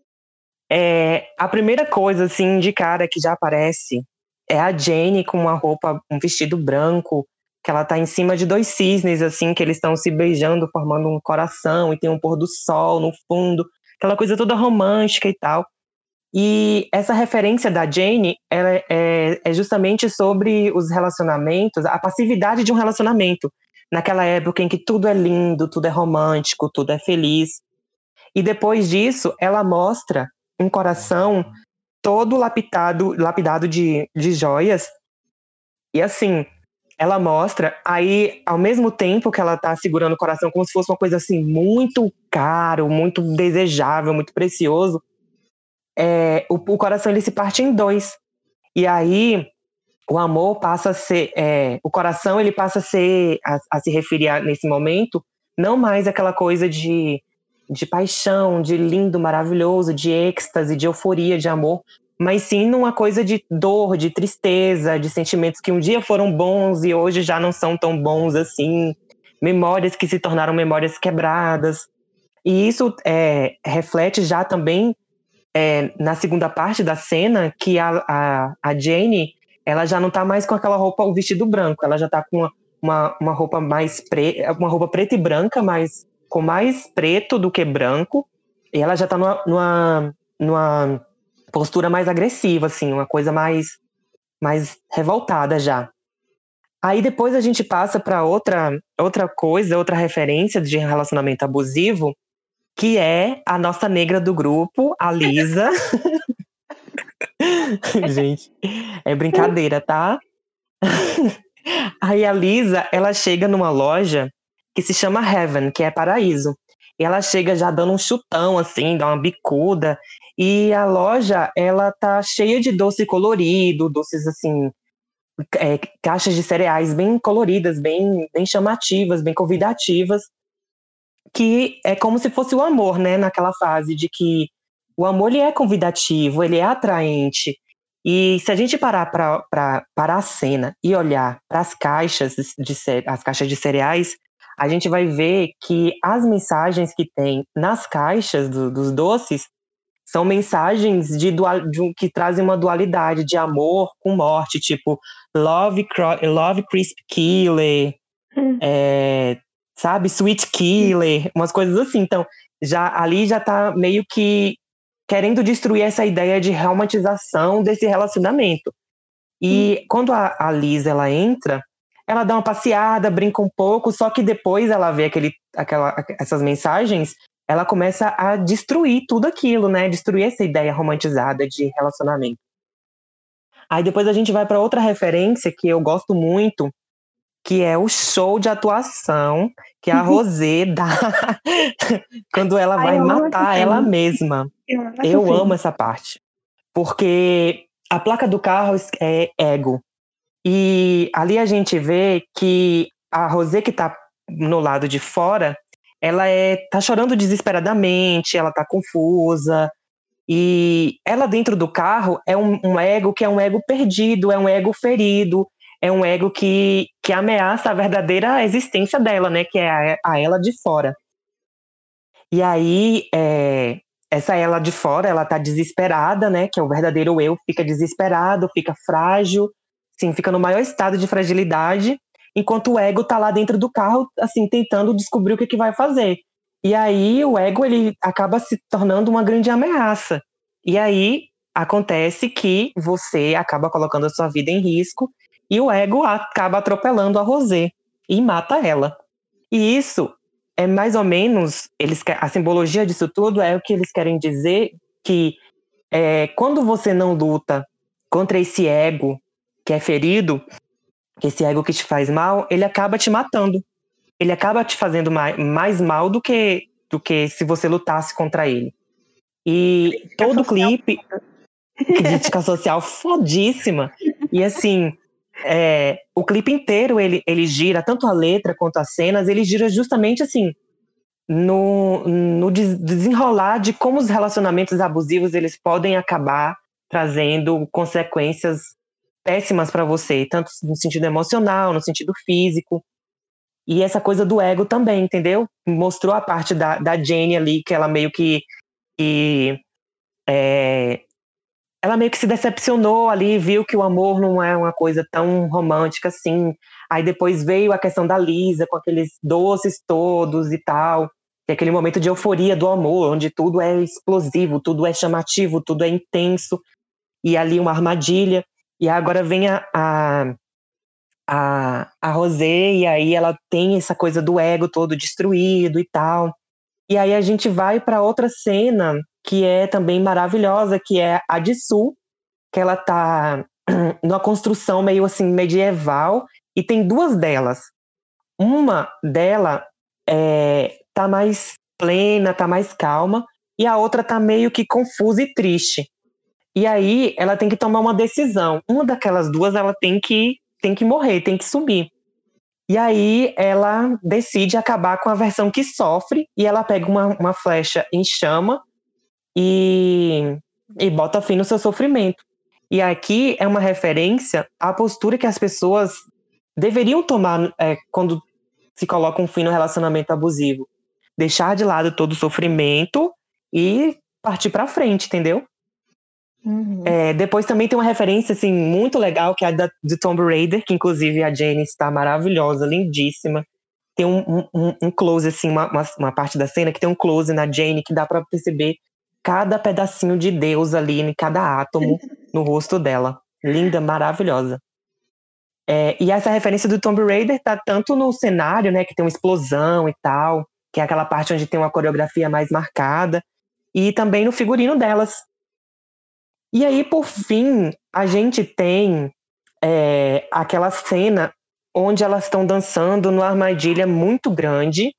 A primeira coisa, assim, de cara que já aparece é a Jennie com um vestido branco, que ela tá em cima de 2 cisnes, assim, que eles estão se beijando, formando um coração, e tem um pôr do sol no fundo, aquela coisa toda romântica e tal. E essa referência da Jennie, ela é justamente sobre os relacionamentos, a passividade de um relacionamento, naquela época em que tudo é lindo, tudo é romântico, tudo é feliz. E depois disso, ela mostra um coração todo lapidado de joias. E assim, ela mostra, aí, ao mesmo tempo que ela tá segurando o coração como se fosse uma coisa assim, muito caro, muito desejável, muito precioso, o coração ele se parte em 2. E aí, o amor passa a ser, o coração ele passa a se referir nesse momento, não mais aquela coisa de paixão, de lindo, maravilhoso, de êxtase, de euforia, de amor, mas sim numa coisa de dor, de tristeza, de sentimentos que um dia foram bons e hoje já não são tão bons assim, memórias que se tornaram memórias quebradas. E isso reflete já também na segunda parte da cena, que a Jennie, ela já não tá mais com aquela roupa, o vestido branco, ela já tá com uma roupa uma roupa preta e branca, mas com mais preto do que branco, e ela já tá numa postura mais agressiva, assim, uma coisa mais revoltada já. Aí depois a gente passa para outra coisa, outra referência de relacionamento abusivo, que é a nossa negra do grupo, a Lisa. Gente, é brincadeira, tá? Aí a Lisa, ela chega numa loja que se chama Heaven, que é paraíso. E ela chega já dando um chutão, assim, dá uma bicuda. E a loja, ela tá cheia de doce colorido, doces, assim, caixas de cereais bem coloridas, bem chamativas, bem convidativas. Que é como se fosse o amor, né? Naquela fase de que o amor, ele é convidativo, ele é atraente. E se a gente parar para a cena e olhar para as caixas de cereais, a gente vai ver que as mensagens que tem nas caixas dos doces são mensagens que trazem uma dualidade de amor com morte, tipo Love Crisp Killer, sabe, Sweet Killer, umas coisas assim. Então, ali já tá meio que querendo destruir essa ideia de romantização desse relacionamento. E quando a Liz, ela entra, ela dá uma passeada, brinca um pouco, só que depois ela vê essas mensagens, ela começa a destruir tudo aquilo, né? Destruir essa ideia romantizada de relacionamento. Aí depois a gente vai para outra referência que eu gosto muito, que é o show de atuação que a Rosé dá quando ela vai matar ela mesma. Eu amo essa parte. Porque a placa do carro é ego. E ali a gente vê que a Rosé, que tá no lado de fora, ela tá chorando desesperadamente, ela tá confusa. E ela dentro do carro é um ego que é um ego perdido, é um ego ferido, é um ego que ameaça a verdadeira existência dela, né? Que é a ela de fora. E aí, essa ela de fora, ela tá desesperada, né? Que é o verdadeiro eu, fica desesperado, fica frágil, assim, fica no maior estado de fragilidade, enquanto o ego tá lá dentro do carro, assim, tentando descobrir o que vai fazer. E aí, o ego, ele acaba se tornando uma grande ameaça. E aí, acontece que você acaba colocando a sua vida em risco e o ego acaba atropelando a Rosé e mata ela. E isso é mais ou menos, a simbologia disso tudo é o que eles querem dizer, que quando você não luta contra esse ego que é ferido, esse ego que te faz mal, ele acaba te matando. Ele acaba te fazendo mais mal do que se você lutasse contra ele. E todo clipe, crítica social fodíssima. E assim, o clipe inteiro ele gira, tanto a letra quanto as cenas, ele gira justamente assim, no desenrolar de como os relacionamentos abusivos eles podem acabar trazendo consequências péssimas para você, tanto no sentido emocional, no sentido físico. E essa coisa do ego também, entendeu? Mostrou a parte da Jenny ali, que ela meio que ela meio que se decepcionou ali, viu que o amor não é uma coisa tão romântica assim. Aí depois veio a questão da Lisa, com aqueles doces todos e tal. E aquele momento de euforia do amor, onde tudo é explosivo, tudo é chamativo, tudo é intenso. E ali uma armadilha. E agora vem a Rosé, e aí ela tem essa coisa do ego todo destruído e tal. E aí a gente vai para outra cena que é também maravilhosa, que é a de Su, que ela tá numa construção meio assim medieval, e tem duas delas. Uma dela tá mais plena, tá mais calma, e a outra tá meio que confusa e triste. E aí ela tem que tomar uma decisão. Uma daquelas duas ela tem que morrer, tem que sumir. E aí ela decide acabar com a versão que sofre, e ela pega uma flecha em chama e bota fim no seu sofrimento. E aqui é uma referência à postura que as pessoas deveriam tomar quando se coloca um fim no relacionamento abusivo. Deixar de lado todo o sofrimento e partir pra frente, entendeu? Uhum. Depois também tem uma referência assim, muito legal, que é a de Tomb Raider, que inclusive a Jenny está maravilhosa, lindíssima. Tem um close, assim, uma parte da cena que tem um close na Jenny que dá pra perceber cada pedacinho de Deus ali, em cada átomo no rosto dela. Linda, maravilhosa. E essa referência do Tomb Raider tá tanto no cenário, né, que tem uma explosão e tal, que é aquela parte onde tem uma coreografia mais marcada, e também no figurino delas. E aí, por fim, a gente tem aquela cena onde elas estão dançando numa armadilha muito grande,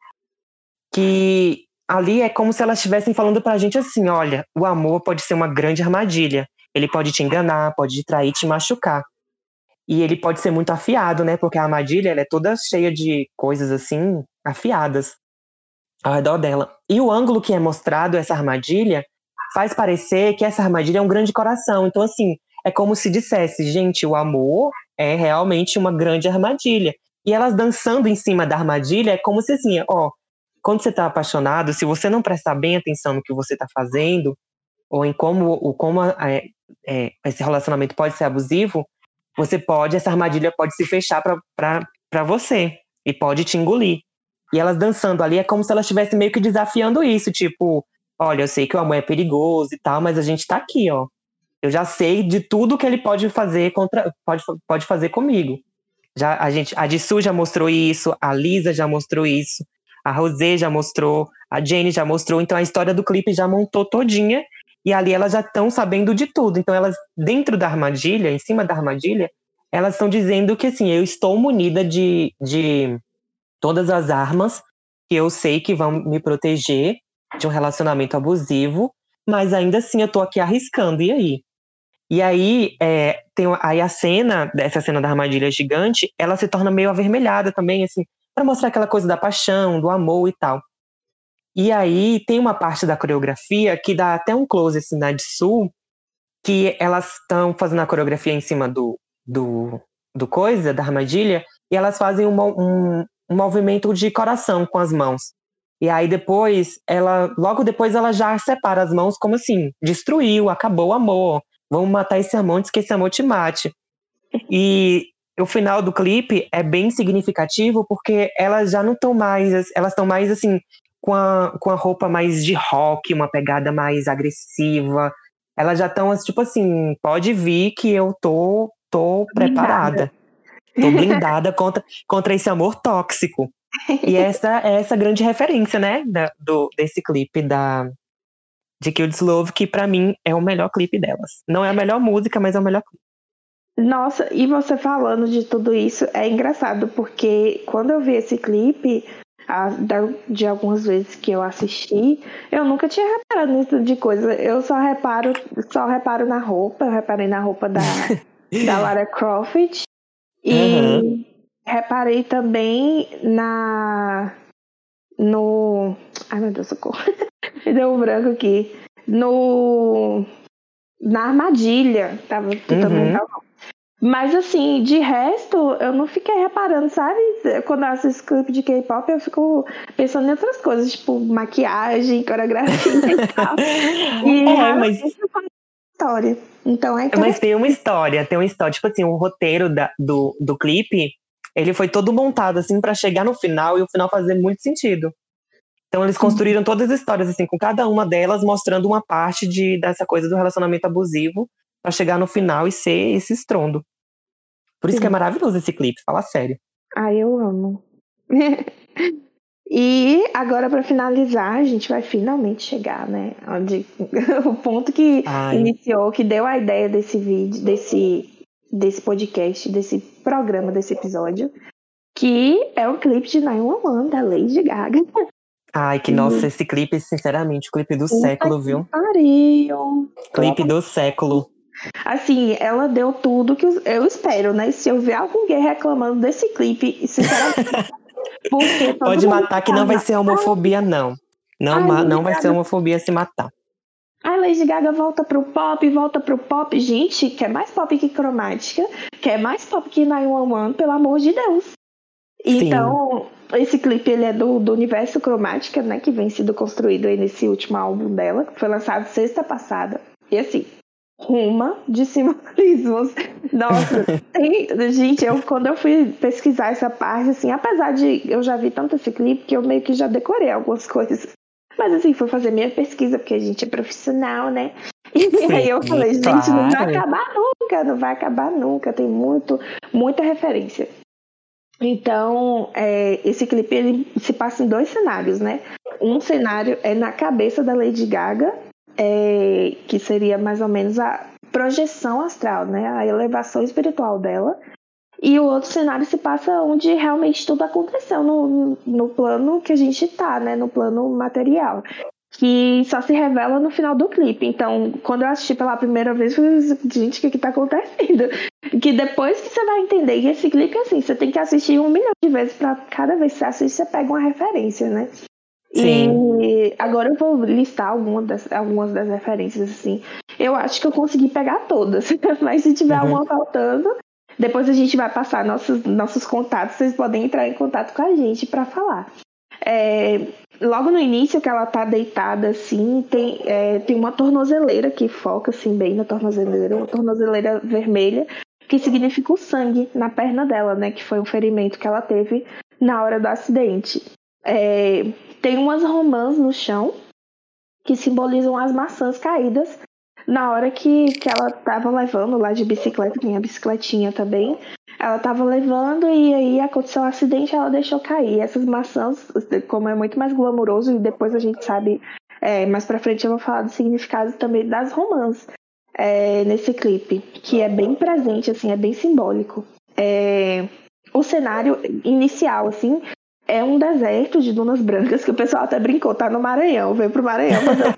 que ali é como se elas estivessem falando pra gente assim, olha, o amor pode ser uma grande armadilha. Ele pode te enganar, pode te trair, te machucar. E ele pode ser muito afiado, né? Porque a armadilha ela é toda cheia de coisas assim, afiadas ao redor dela. E o ângulo que é mostrado essa armadilha faz parecer que essa armadilha é um grande coração. Então, assim, é como se dissesse, gente, o amor é realmente uma grande armadilha. E elas dançando em cima da armadilha é como se assim, quando você tá apaixonado, se você não prestar bem atenção no que você tá fazendo, ou em como esse relacionamento pode ser abusivo, essa armadilha pode se fechar pra você e pode te engolir. E elas dançando ali é como se elas estivessem meio que desafiando isso, tipo, olha, eu sei que o amor é perigoso e tal, mas a gente tá aqui, ó. Eu já sei de tudo que ele pode fazer pode fazer comigo. A Jisoo já mostrou isso, a Lisa já mostrou isso, a Rosé já mostrou, a Jenny já mostrou, então a história do clipe já montou todinha, e ali elas já estão sabendo de tudo. Então elas, dentro da armadilha, em cima da armadilha, elas estão dizendo que assim, eu estou munida de todas as armas que eu sei que vão me proteger de um relacionamento abusivo, mas ainda assim eu tô aqui arriscando, e aí? E aí, aí essa cena da armadilha gigante, ela se torna meio avermelhada também, assim, para mostrar aquela coisa da paixão, do amor e tal. E aí tem uma parte da coreografia que dá até um close, assim, na Jisoo, que elas estão fazendo a coreografia em cima do coisa, da armadilha, e elas fazem um movimento de coração com as mãos. E aí logo depois ela já separa as mãos como assim, destruiu, acabou o amor, vamos matar esse amor antes que esse amor te mate. E o final do clipe é bem significativo porque elas já não estão mais, elas estão mais assim, com a roupa mais de rock, uma pegada mais agressiva. Elas já estão tipo assim, pode vir que eu tô preparada. Tô blindada contra esse amor tóxico. E essa é essa grande referência, né, desse clipe de Kill This Love, que pra mim é o melhor clipe delas. Não é a melhor música, mas é o melhor clipe. Nossa, e você falando de tudo isso é engraçado, porque quando eu vi esse clipe, de algumas vezes que eu assisti, eu nunca tinha reparado nisso de coisa. Eu só reparo na roupa, eu reparei na roupa da Lara Croft e reparei também ai meu Deus, socorro. Me deu um branco aqui. Na armadilha, também tava. Mas assim, de resto, eu não fiquei reparando, sabe? Quando eu assisto clipe de K-pop, eu fico pensando em outras coisas, tipo maquiagem, coreografia e tal. E mas história. Então é Mas tem uma história. Tipo assim, o roteiro do clipe, ele foi todo montado, assim, pra chegar no final e o final fazer muito sentido. Então eles construíram todas as histórias, assim, com cada uma delas mostrando uma parte dessa coisa do relacionamento abusivo pra chegar no final e ser esse estrondo. Por isso que é maravilhoso esse clipe, fala sério. Ai, eu amo. E agora, para finalizar, a gente vai finalmente chegar, né? O ponto que iniciou, que deu a ideia desse vídeo, desse podcast, desse programa, desse episódio, que é o clipe de 911 da Lady Gaga. Ai, que nossa, esse clipe, sinceramente, o clipe do século, viu? Pariu. Clipe do século. Assim, ela deu tudo que eu espero, né? Se eu ver alguém reclamando desse clipe, sinceramente. Porque pode matar que não vai ser homofobia, não. Não vai ser homofobia se matar. A Lady Gaga volta pro pop. Gente, quer mais pop que Cromática, quer mais pop que 911, pelo amor de Deus. Sim. Então, esse clipe ele é do universo Cromática, né? Que vem sendo construído aí nesse último álbum dela, que foi lançado sexta passada. E assim, ruma de simbolismos. Nossa, gente, quando eu fui pesquisar essa parte, assim, apesar de eu já vi tanto esse clipe que eu meio que já decorei algumas coisas. Mas assim, fui fazer minha pesquisa, porque a gente é profissional, né? E aí eu falei, gente, não vai acabar nunca, tem muita referência. Então, esse clipe ele se passa em 2 cenários, né? Um cenário é na cabeça da Lady Gaga, que seria mais ou menos a projeção astral, né? A elevação espiritual dela. E o outro cenário se passa onde realmente tudo aconteceu no plano que a gente tá, né? No plano material. Que só se revela no final do clipe. Então, quando eu assisti pela primeira vez, eu falei, gente, o que tá acontecendo? Que depois que você vai entender, e esse clipe, assim, você tem que assistir 1 milhão de vezes pra cada vez que você assiste, você pega uma referência, né? Sim. E agora eu vou listar algumas das referências, assim. Eu acho que eu consegui pegar todas, mas se tiver alguma faltando, depois a gente vai passar nossos contatos, vocês podem entrar em contato com a gente para falar. Logo no início que ela tá deitada, assim, tem uma tornozeleira que foca, assim, bem na tornozeleira, uma tornozeleira vermelha, que significa o sangue na perna dela, né, que foi um ferimento que ela teve na hora do acidente. Tem umas romãs no chão que simbolizam as maçãs caídas na hora que ela tava levando lá de bicicleta, tinha a bicicletinha também, ela tava levando e aí aconteceu um acidente e ela deixou cair. Essas maçãs, como é muito mais glamuroso, e depois a gente sabe, mais pra frente eu vou falar do significado também das romãs nesse clipe, que é bem presente, assim, é bem simbólico. O cenário inicial, assim, é um deserto de dunas brancas, que o pessoal até brincou, tá no Maranhão, veio pro Maranhão fazer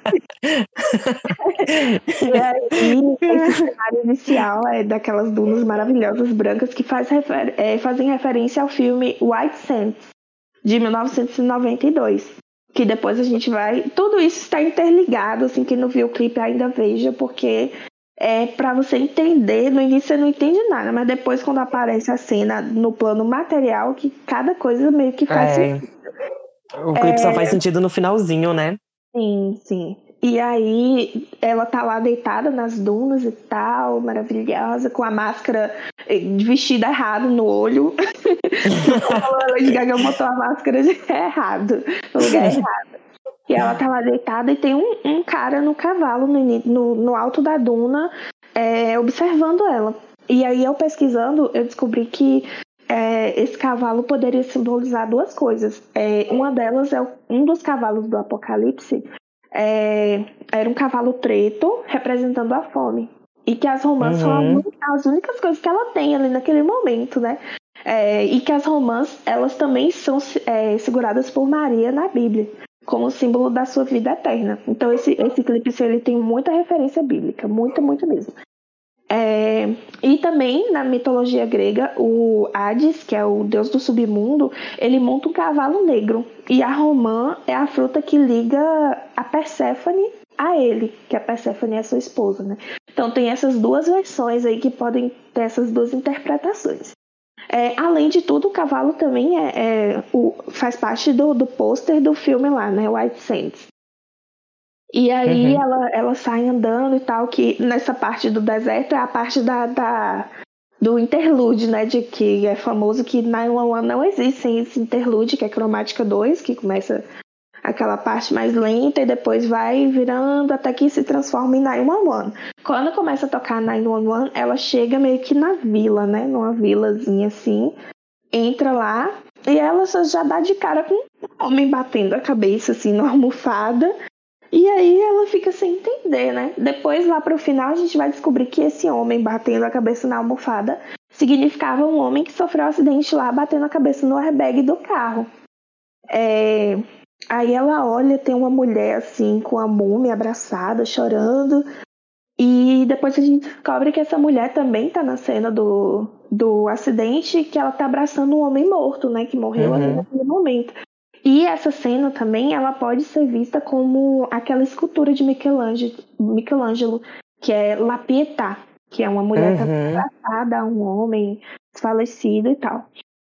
E aí, esse cenário inicial é daquelas dunas maravilhosas brancas que fazem referência ao filme White Sands, de 1992. Que depois a gente vai... Tudo isso está interligado, assim, quem não viu o clipe ainda veja, porque pra você entender, no início você não entende nada, mas depois quando aparece a cena no plano material, que cada coisa meio que faz sentido. O clipe só faz sentido no finalzinho, né? Sim, sim. E aí ela tá lá deitada nas dunas e tal, maravilhosa, com a máscara vestida errado no olho. A Lady Gaga botou a máscara errado, no lugar errado. E ela tá lá deitada e tem um cara no cavalo, no alto da duna, observando ela. E aí eu pesquisando, eu descobri que esse cavalo poderia simbolizar duas coisas. Uma delas um dos cavalos do Apocalipse, era um cavalo preto representando a fome. E que as romãs são as únicas coisas que ela tem ali naquele momento, né? E que as romãs, elas também são seguradas por Maria na Bíblia, como símbolo da sua vida eterna. Então esse clipe ele tem muita referência bíblica, muita, muito mesmo. E também na mitologia grega, o Hades, que é o deus do submundo, ele monta um cavalo negro. E a romã é a fruta que liga a Perséfone a ele, que a Perséfone é sua esposa, né? Então tem essas duas versões aí que podem ter essas duas interpretações. Além de tudo, o cavalo também faz parte do pôster do filme lá, né? White Sands. E aí ela sai andando e tal, que nessa parte do deserto é a parte do interlude, né? De que é famoso que 911 não existe sem esse interlude, que é cromática 2, que começa aquela parte mais lenta e depois vai virando até que se transforma em 911. Quando começa a tocar 911, ela chega meio que na vila, né? Numa vilazinha assim, entra lá e ela já dá de cara com um homem batendo a cabeça assim na almofada. E aí ela fica sem entender, né? Depois, lá pro final, a gente vai descobrir que esse homem batendo a cabeça na almofada significava um homem que sofreu um acidente lá, batendo a cabeça no airbag do carro. Aí ela olha, tem uma mulher assim, com a múmia abraçada, chorando. E depois a gente descobre que essa mulher também tá na cena do acidente, que ela tá abraçando um homem morto, né? Que morreu ali naquele momento. E essa cena também, ela pode ser vista como aquela escultura de Michelangelo, que é La Pietà, que é uma mulher que está abraçada a um homem desfalecido e tal.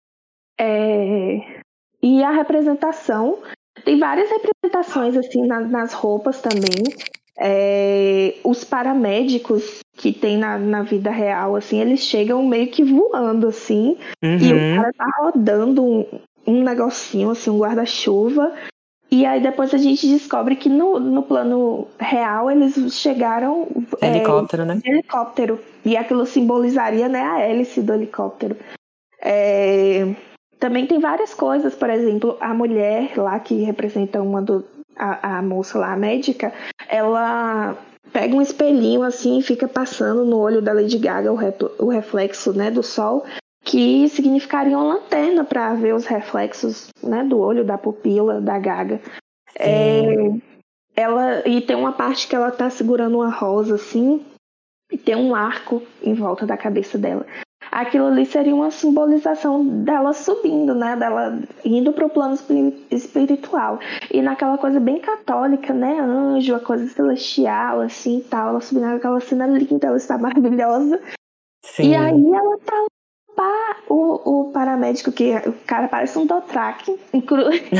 E a representação, tem várias representações assim nas roupas também. Os paramédicos que tem na vida real, assim, eles chegam meio que voando, assim, e o cara tá rodando um negocinho, assim, um guarda-chuva, e aí depois a gente descobre que no plano real eles chegaram helicóptero, né? de helicóptero, e aquilo simbolizaria, né, a hélice do helicóptero. Também tem várias coisas, por exemplo, a mulher lá que representa a moça lá, a médica, ela pega um espelhinho assim e fica passando no olho da Lady Gaga o reflexo, né, do sol, que significaria uma lanterna para ver os reflexos, né, do olho, da pupila da Gaga. E tem uma parte que ela tá segurando uma rosa assim e tem um arco em volta da cabeça dela. Aquilo ali seria uma simbolização dela subindo, né, dela indo para o plano espiritual. E naquela coisa bem católica, né, anjo, a coisa celestial, assim, e tal, ela subindo naquela cena linda, ela está maravilhosa. Sim. E aí ela tá o paramédico, que o cara parece um Dothraki. Inclusive,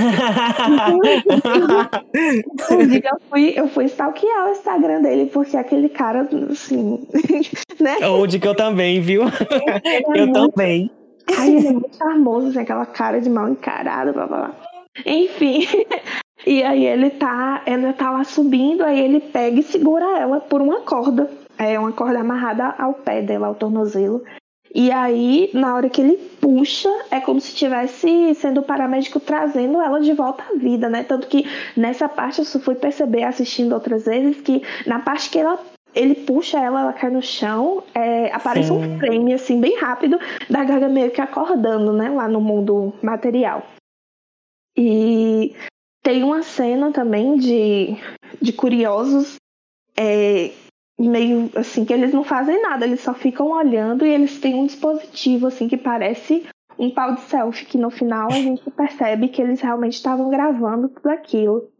eu fui stalkear o Instagram dele, porque aquele cara, assim, né? Onde que eu também, viu? Eu também. Ai, ele é muito charmoso, assim, aquela cara de mal encarada, blá blá blá. Enfim. E aí ela tá lá subindo, aí ele pega e segura ela por uma corda. Uma corda amarrada ao pé dela, ao tornozelo. E aí, na hora que ele puxa, é como se estivesse sendo o paramédico trazendo ela de volta à vida, né? Tanto que nessa parte eu só fui perceber assistindo outras vezes que na parte que ele puxa ela cai no chão, aparece um frame assim bem rápido da Gaga meio que acordando, né? Lá no mundo material. E tem uma cena também de curiosos meio assim, que eles não fazem nada, eles só ficam olhando e eles têm um dispositivo assim que parece um pau de selfie, que no final a gente percebe que eles realmente estavam gravando tudo aquilo.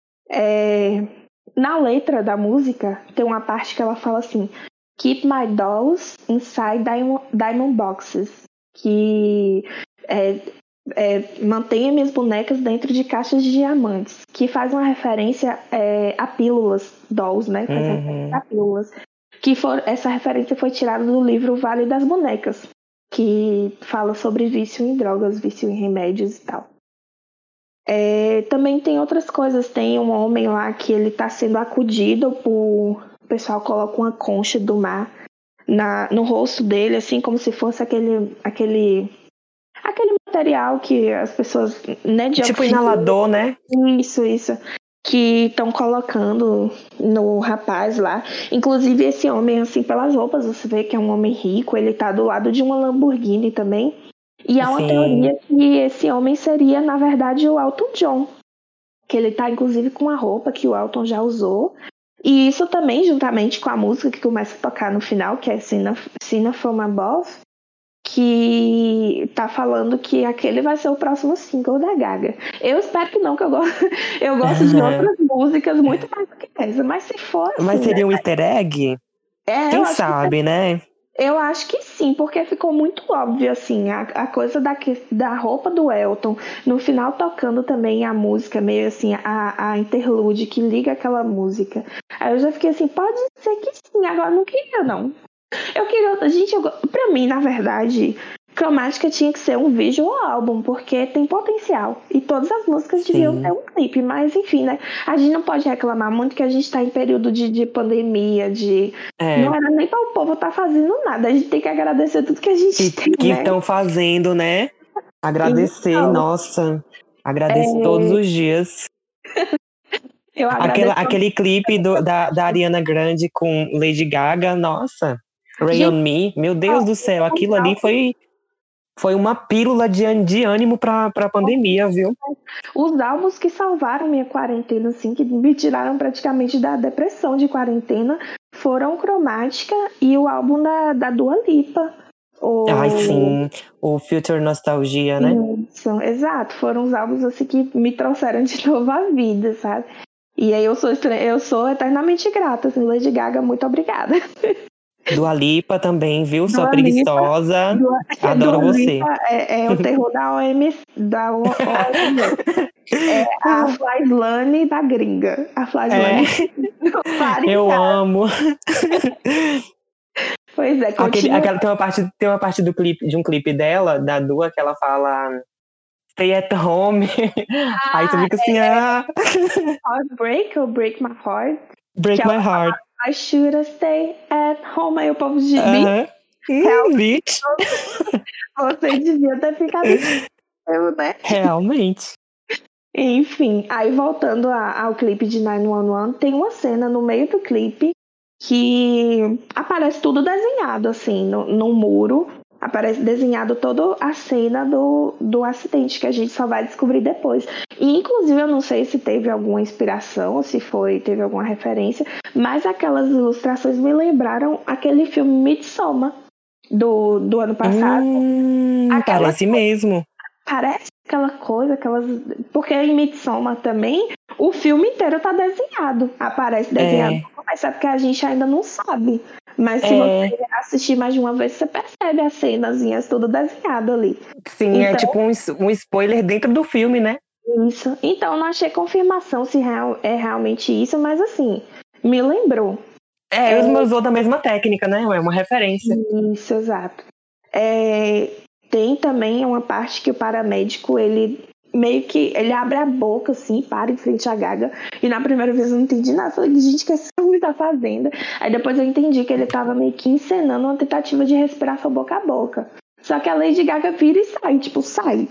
Na letra da música tem uma parte que ela fala assim: Keep my dolls inside diamond boxes, que mantenha minhas bonecas dentro de caixas de diamantes, que faz uma referência a pílulas, dolls, né? Faz referência a pílulas. Essa referência foi tirada do livro Vale das Bonecas, que fala sobre vício em drogas, vício em remédios e tal. Também tem outras coisas, tem um homem lá que ele está sendo acudido o pessoal coloca uma concha do mar no rosto dele, assim como se fosse aquele aquele material que as pessoas, né, de Tipo oxigênio, inalador, né? isso, que estão colocando no rapaz lá. Inclusive esse homem, assim, pelas roupas, você vê que é um homem rico, ele tá do lado de uma Lamborghini também. E há uma Sim. teoria que esse homem seria, na verdade, o Elton John, que ele tá, inclusive, com a roupa que o Elton já usou. E isso também, juntamente com a música que começa a tocar no final, que é Sinner From Above, que tá falando que aquele vai ser o próximo single da Gaga. Eu espero que não, que eu gosto de outras músicas muito mais do que essa, mas se for assim, Mas seria né? um easter egg? Eu Quem acho sabe, né? eu acho que sim, porque ficou muito óbvio, assim, a coisa da roupa do Elton, no final tocando também a música, meio assim, a interlude que liga aquela música. Aí eu já fiquei assim, pode ser que sim, agora não queria, não. Eu queria, gente, pra mim, na verdade, Cromática tinha que ser um visual álbum, porque tem potencial. E todas as músicas deviam ter um clipe, mas enfim, né? A gente não pode reclamar muito que a gente tá em período de pandemia, não era nem para o povo estar fazendo nada. A gente tem que agradecer tudo que a gente tem, Que né? estão fazendo, né? Agradecer, Então, nossa. Agradeço todos os dias. eu agradeço. Aquele clipe da Ariana Grande com Lady Gaga, nossa. Rain on Gente, Me, meu Deus do céu, aquilo ali foi uma pílula de ânimo pra pandemia, viu? os álbuns que salvaram minha quarentena, assim, que me tiraram praticamente da depressão de quarentena, foram Cromática e o álbum da Dua Lipa. Ai, sim, o Future Nostalgia, né? Isso, exato. Foram os álbuns assim que me trouxeram de novo à vida, sabe? E aí eu sou eternamente grata, assim, Lady Gaga, muito obrigada. Dua Lipa também, viu? Sua Dua Lipa, preguiçosa. Adoro Dua você. Lipa é o terror da OMS, é a Flyslane da gringa. A Flyslane do Eu Paris. amo. Pois é, continua. Tem uma parte do clipe, de um clipe dela, da Dua, que ela fala Stay at home. Aí tu fica assim, Heartbreak ou Break My Heart. Que break ela my heart. fala, I should stay at home. Aí o povo de Bitch. você devia ter ficado eu, né? Realmente. Enfim, aí voltando ao clipe de 911, tem uma cena no meio do clipe que aparece tudo desenhado, assim, no muro. Aparece desenhado toda a cena do acidente, que a gente só vai descobrir depois. E, inclusive, eu não sei se teve alguma inspiração, se teve alguma referência, mas aquelas ilustrações me lembraram aquele filme Midsommar, do ano passado. Parece mesmo. Parece aquela coisa, porque em Midsommar também o filme inteiro tá desenhado. Aparece desenhado, mas é porque a gente ainda não sabe. Mas se você assistir mais de uma vez, você percebe as cenazinhas tudo desenhado ali. Sim, então, é tipo um spoiler dentro do filme, né? Isso. Então, não achei confirmação se é realmente isso, mas assim, me lembrou. Usou da mesma técnica, né? É uma referência. Isso, exato. Tem também uma parte que o paramédico, ele meio que ele abre a boca assim, para em frente à Gaga, e na primeira vez eu não entendi nada, falei, gente, o que esse homem tá fazendo? Aí depois eu entendi que ele tava meio que encenando uma tentativa de respirar boca a boca. Só que a Lady Gaga vira e sai, tipo, sai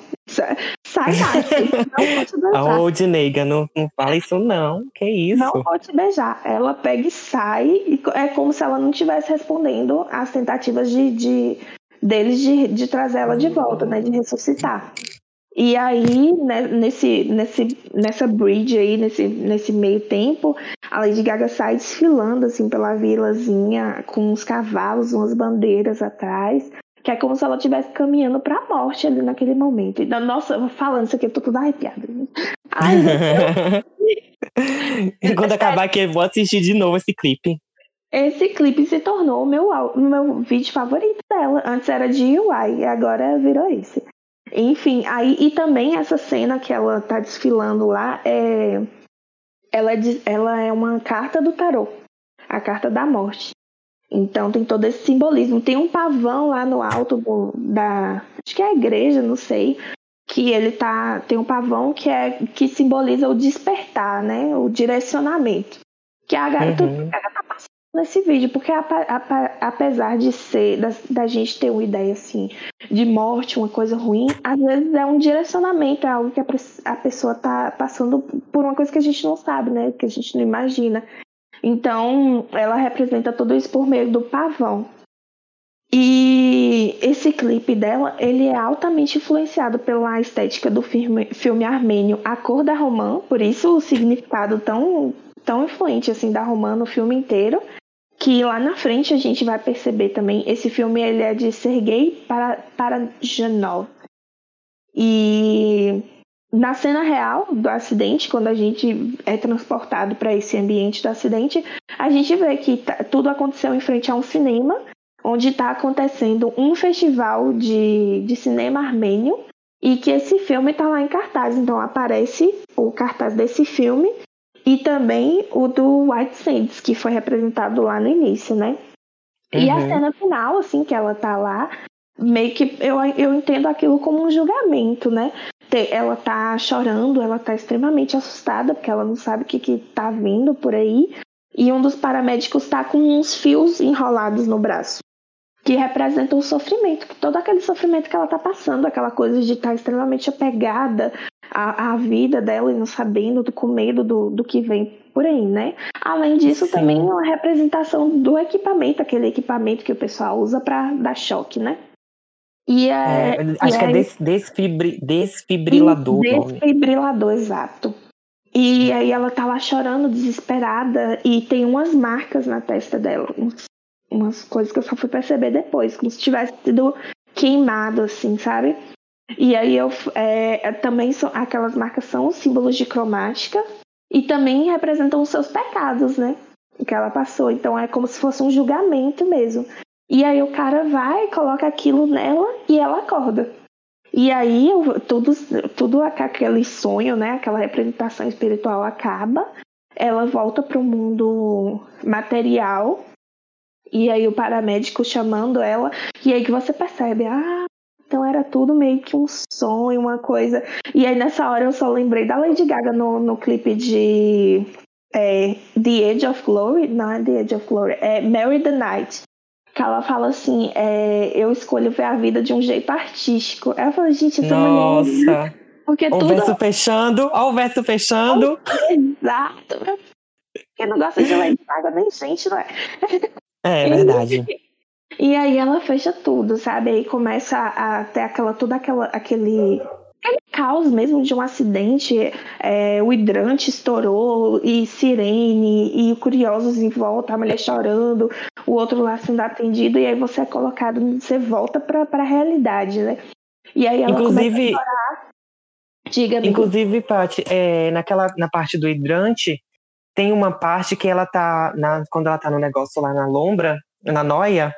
daqui, não vou te beijar. Ô, Dineiga, não fala isso não, que isso? Não vou te beijar. Ela pega e sai, e é como se ela não estivesse respondendo às tentativas deles de trazer ela de volta, né, de ressuscitar. E aí, né, nessa bridge aí, nesse meio tempo, a Lady Gaga sai desfilando, assim, pela vilazinha, com uns cavalos, umas bandeiras atrás, que é como se ela estivesse caminhando pra morte ali naquele momento. Então, nossa, falando isso aqui, eu tô toda arrepiada. Ai, e quando acabar aqui, eu vou assistir de novo esse clipe. Esse clipe se tornou o meu vídeo favorito dela. Antes era de UI, e agora virou esse. Enfim, aí e também essa cena que ela tá desfilando lá ela é uma carta do tarô, a carta da morte. Então tem todo esse simbolismo. Tem um pavão lá no alto acho que é a igreja, não sei, que tem um pavão que simboliza o despertar, né? O direcionamento. Que a Gaga tá passando nesse vídeo, porque apesar de ser, da gente ter uma ideia assim, de morte, uma coisa ruim, às vezes é um direcionamento, é algo que a pessoa tá passando por uma coisa que a gente não sabe, né? Que a gente não imagina. Então, ela representa tudo isso por meio do pavão. E esse clipe dela, ele é altamente influenciado pela estética do filme armênio A Cor da Romã, por isso o significado tão influente assim da romã no filme inteiro, que lá na frente a gente vai perceber também. Esse filme ele é de Sergei Parajanov. E na cena real do acidente, quando a gente é transportado para esse ambiente do acidente, a gente vê que tudo aconteceu em frente a um cinema, onde está acontecendo um festival de cinema armênio, e que esse filme está lá em cartaz. Então aparece o cartaz desse filme e também o do White Sands, que foi representado lá no início, né? Uhum. E a cena final, assim, que ela tá lá, meio que eu entendo aquilo como um julgamento, né? Ela tá chorando, ela tá extremamente assustada, porque ela não sabe o que tá vindo por aí. E um dos paramédicos tá com uns fios enrolados no braço, que representam o sofrimento, todo aquele sofrimento que ela tá passando, aquela coisa de estar extremamente apegada à vida dela e não sabendo, com medo do que vem por aí, né? Além disso, Sim. também uma representação do equipamento, aquele equipamento que o pessoal usa para dar choque, né? Acho que é desfibrilador. Desfibrilador, exato. E aí ela tá lá chorando, desesperada, e tem umas marcas na testa dela, umas coisas que eu só fui perceber depois, como se tivesse sido queimado, assim, sabe? E aí também aquelas marcas são símbolos de cromática e também representam os seus pecados, né? Que ela passou. Então é como se fosse um julgamento mesmo. E aí o cara vai, coloca aquilo nela e ela acorda. E aí tudo aquele sonho, né? Aquela representação espiritual acaba. Ela volta para o mundo material. E aí o paramédico chamando ela. E aí que você percebe, então era tudo meio que um sonho, uma coisa. E aí nessa hora eu só lembrei da Lady Gaga no clipe de The Edge of Glory. Não é The Edge of Glory, é Marry the Night. Que ela fala assim, eu escolho ver a vida de um jeito artístico. Aí eu falei, gente, essa mulher... Nossa! Porque o verso fechando, ó o verso fechando. Exato. Quem não gosta de Lady Gaga nem gente, não é? É verdade. E aí ela fecha tudo, sabe? Aí começa a ter aquele caos mesmo de um acidente. O hidrante estourou, e sirene, e curiosos em volta, a mulher chorando, o outro lá sendo atendido, e aí você é colocado, você volta pra realidade, né? E aí ela começa a chorar. Diga, amiga. Inclusive, Paty, na parte do hidrante, tem uma parte que ela tá, quando ela tá no negócio lá na lombra, na noia,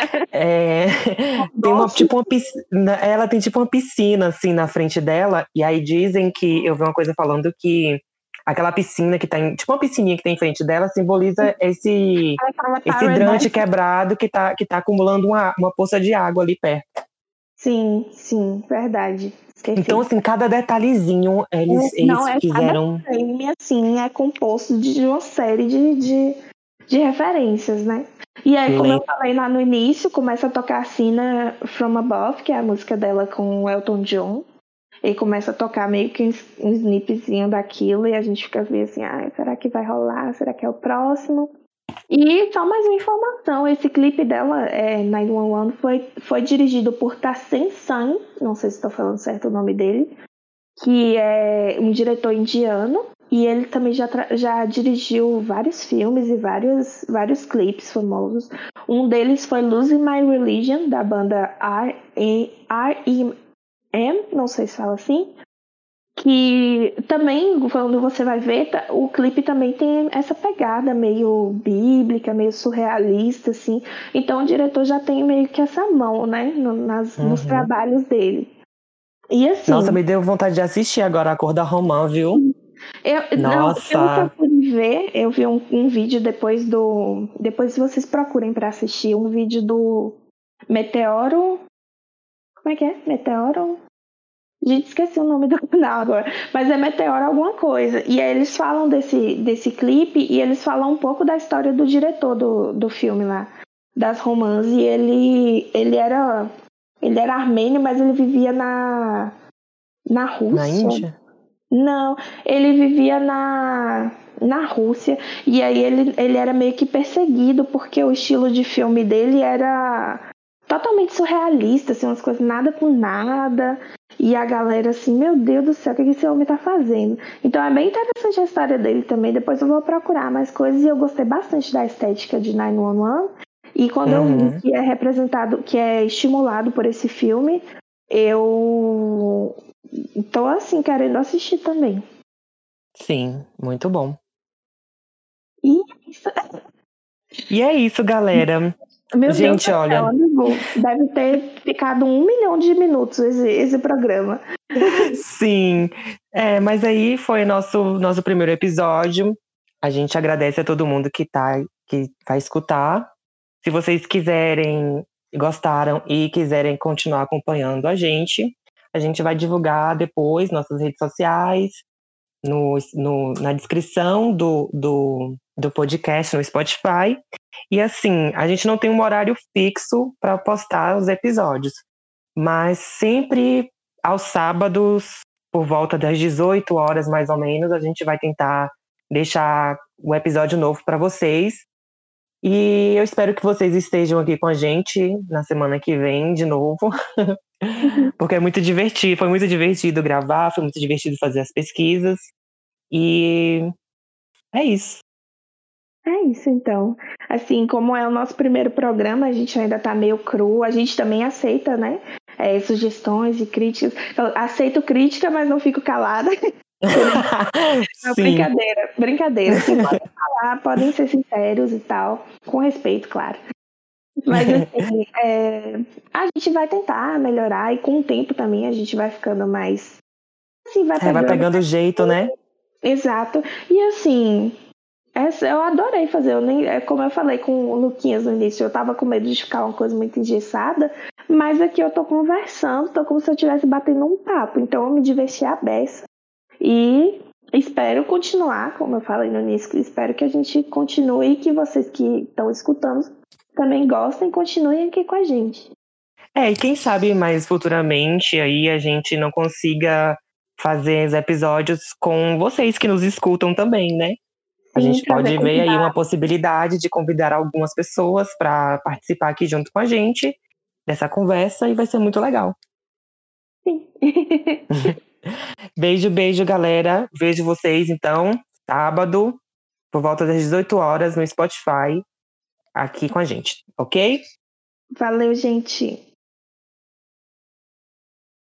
tem uma piscina, ela tem tipo uma piscina assim na frente dela, e aí dizem que, eu vi uma coisa falando que aquela piscina que tem, tipo uma piscininha que tem em frente dela, simboliza esse hidrante quebrado que tá acumulando uma poça de água ali perto. Sim, verdade. Esqueci. Então, assim, cada detalhezinho eles fizeram. Cada frame, assim, é composto de uma série de referências, né? E aí, como eu falei lá no início, começa a tocar a Cena From Above, que é a música dela com o Elton John. E começa a tocar meio que um snipzinho daquilo, e a gente fica meio assim, será que vai rolar? Será que é o próximo? E só mais uma informação, esse clipe dela, 911, foi dirigido por Tasen Sun, não sei se estou falando certo o nome dele, que é um diretor indiano, e ele também já dirigiu vários filmes e vários clipes famosos. Um deles foi Losing My Religion, da banda R.E.M., não sei se fala assim, que também, quando você vai ver, o clipe também tem essa pegada meio bíblica, meio surrealista, assim. Então o diretor já tem meio que essa mão, né, nos trabalhos dele. E assim... Nossa, me deu vontade de assistir agora A Cor da Romã, viu? Nossa! Eu pude ver, eu vi um vídeo depois vocês procurem pra assistir, um vídeo do Meteoro... Como é que é? Meteoro... Gente, esqueci o nome do canal agora, mas é Meteoro alguma coisa. E aí eles falam desse clipe e eles falam um pouco da história do diretor do filme lá, das Romãs. E ele era armênio, mas ele vivia na Rússia. Na Índia? Não, ele vivia na Rússia. E aí ele era meio que perseguido porque o estilo de filme dele era totalmente surrealista, assim, umas coisas nada com nada. E a galera assim, meu Deus do céu, o que esse homem tá fazendo? Então é bem interessante a história dele também. Depois eu vou procurar mais coisas e eu gostei bastante da estética de 911. E quando eu vi que é representado, que é estimulado por esse filme, eu tô assim, querendo assistir também. Sim, muito bom. E é isso, galera. Meu Gente, Deus do olha... céu, amigo, deve ter ficado 1 milhão de minutos esse programa. Sim, mas aí foi nosso primeiro episódio. A gente agradece a todo mundo que vai escutar. Se vocês gostaram e quiserem continuar acompanhando a gente vai divulgar depois nossas redes sociais, na descrição do podcast no Spotify. E assim, a gente não tem um horário fixo para postar os episódios, mas sempre aos sábados, por volta das 18 horas mais ou menos, a gente vai tentar deixar o episódio novo para vocês. E eu espero que vocês estejam aqui com a gente na semana que vem de novo. Porque é muito divertido, foi muito divertido gravar, foi muito divertido fazer as pesquisas. E é isso. É isso, então. Assim, como é o nosso primeiro programa, a gente ainda tá meio cru, a gente também aceita, né? Sugestões e críticas. Eu aceito crítica, mas não fico calada. Não, brincadeira. Assim, podem falar, podem ser sinceros e tal, com respeito, claro. Mas assim, a gente vai tentar melhorar e com o tempo também a gente vai ficando mais... Assim, vai pegando o jeito, né? Exato. E assim, eu adorei fazer. Como eu falei com o Luquinhas no início, eu tava com medo de ficar uma coisa muito engessada, mas aqui eu tô conversando, tô como se eu estivesse batendo um papo. Então eu me diverti a beça. E espero continuar, como eu falei no início, espero que a gente continue e que vocês que estão escutando também gostem e continuem aqui com a gente. E quem sabe mais futuramente aí a gente não consiga fazer os episódios com vocês que nos escutam também, né? A gente pode ver aí uma possibilidade de convidar algumas pessoas para participar aqui junto com a gente dessa conversa e vai ser muito legal. Sim. Beijo, galera. Vejo vocês, então, sábado, por volta das 18 horas, no Spotify, aqui com a gente, ok? Valeu, gente.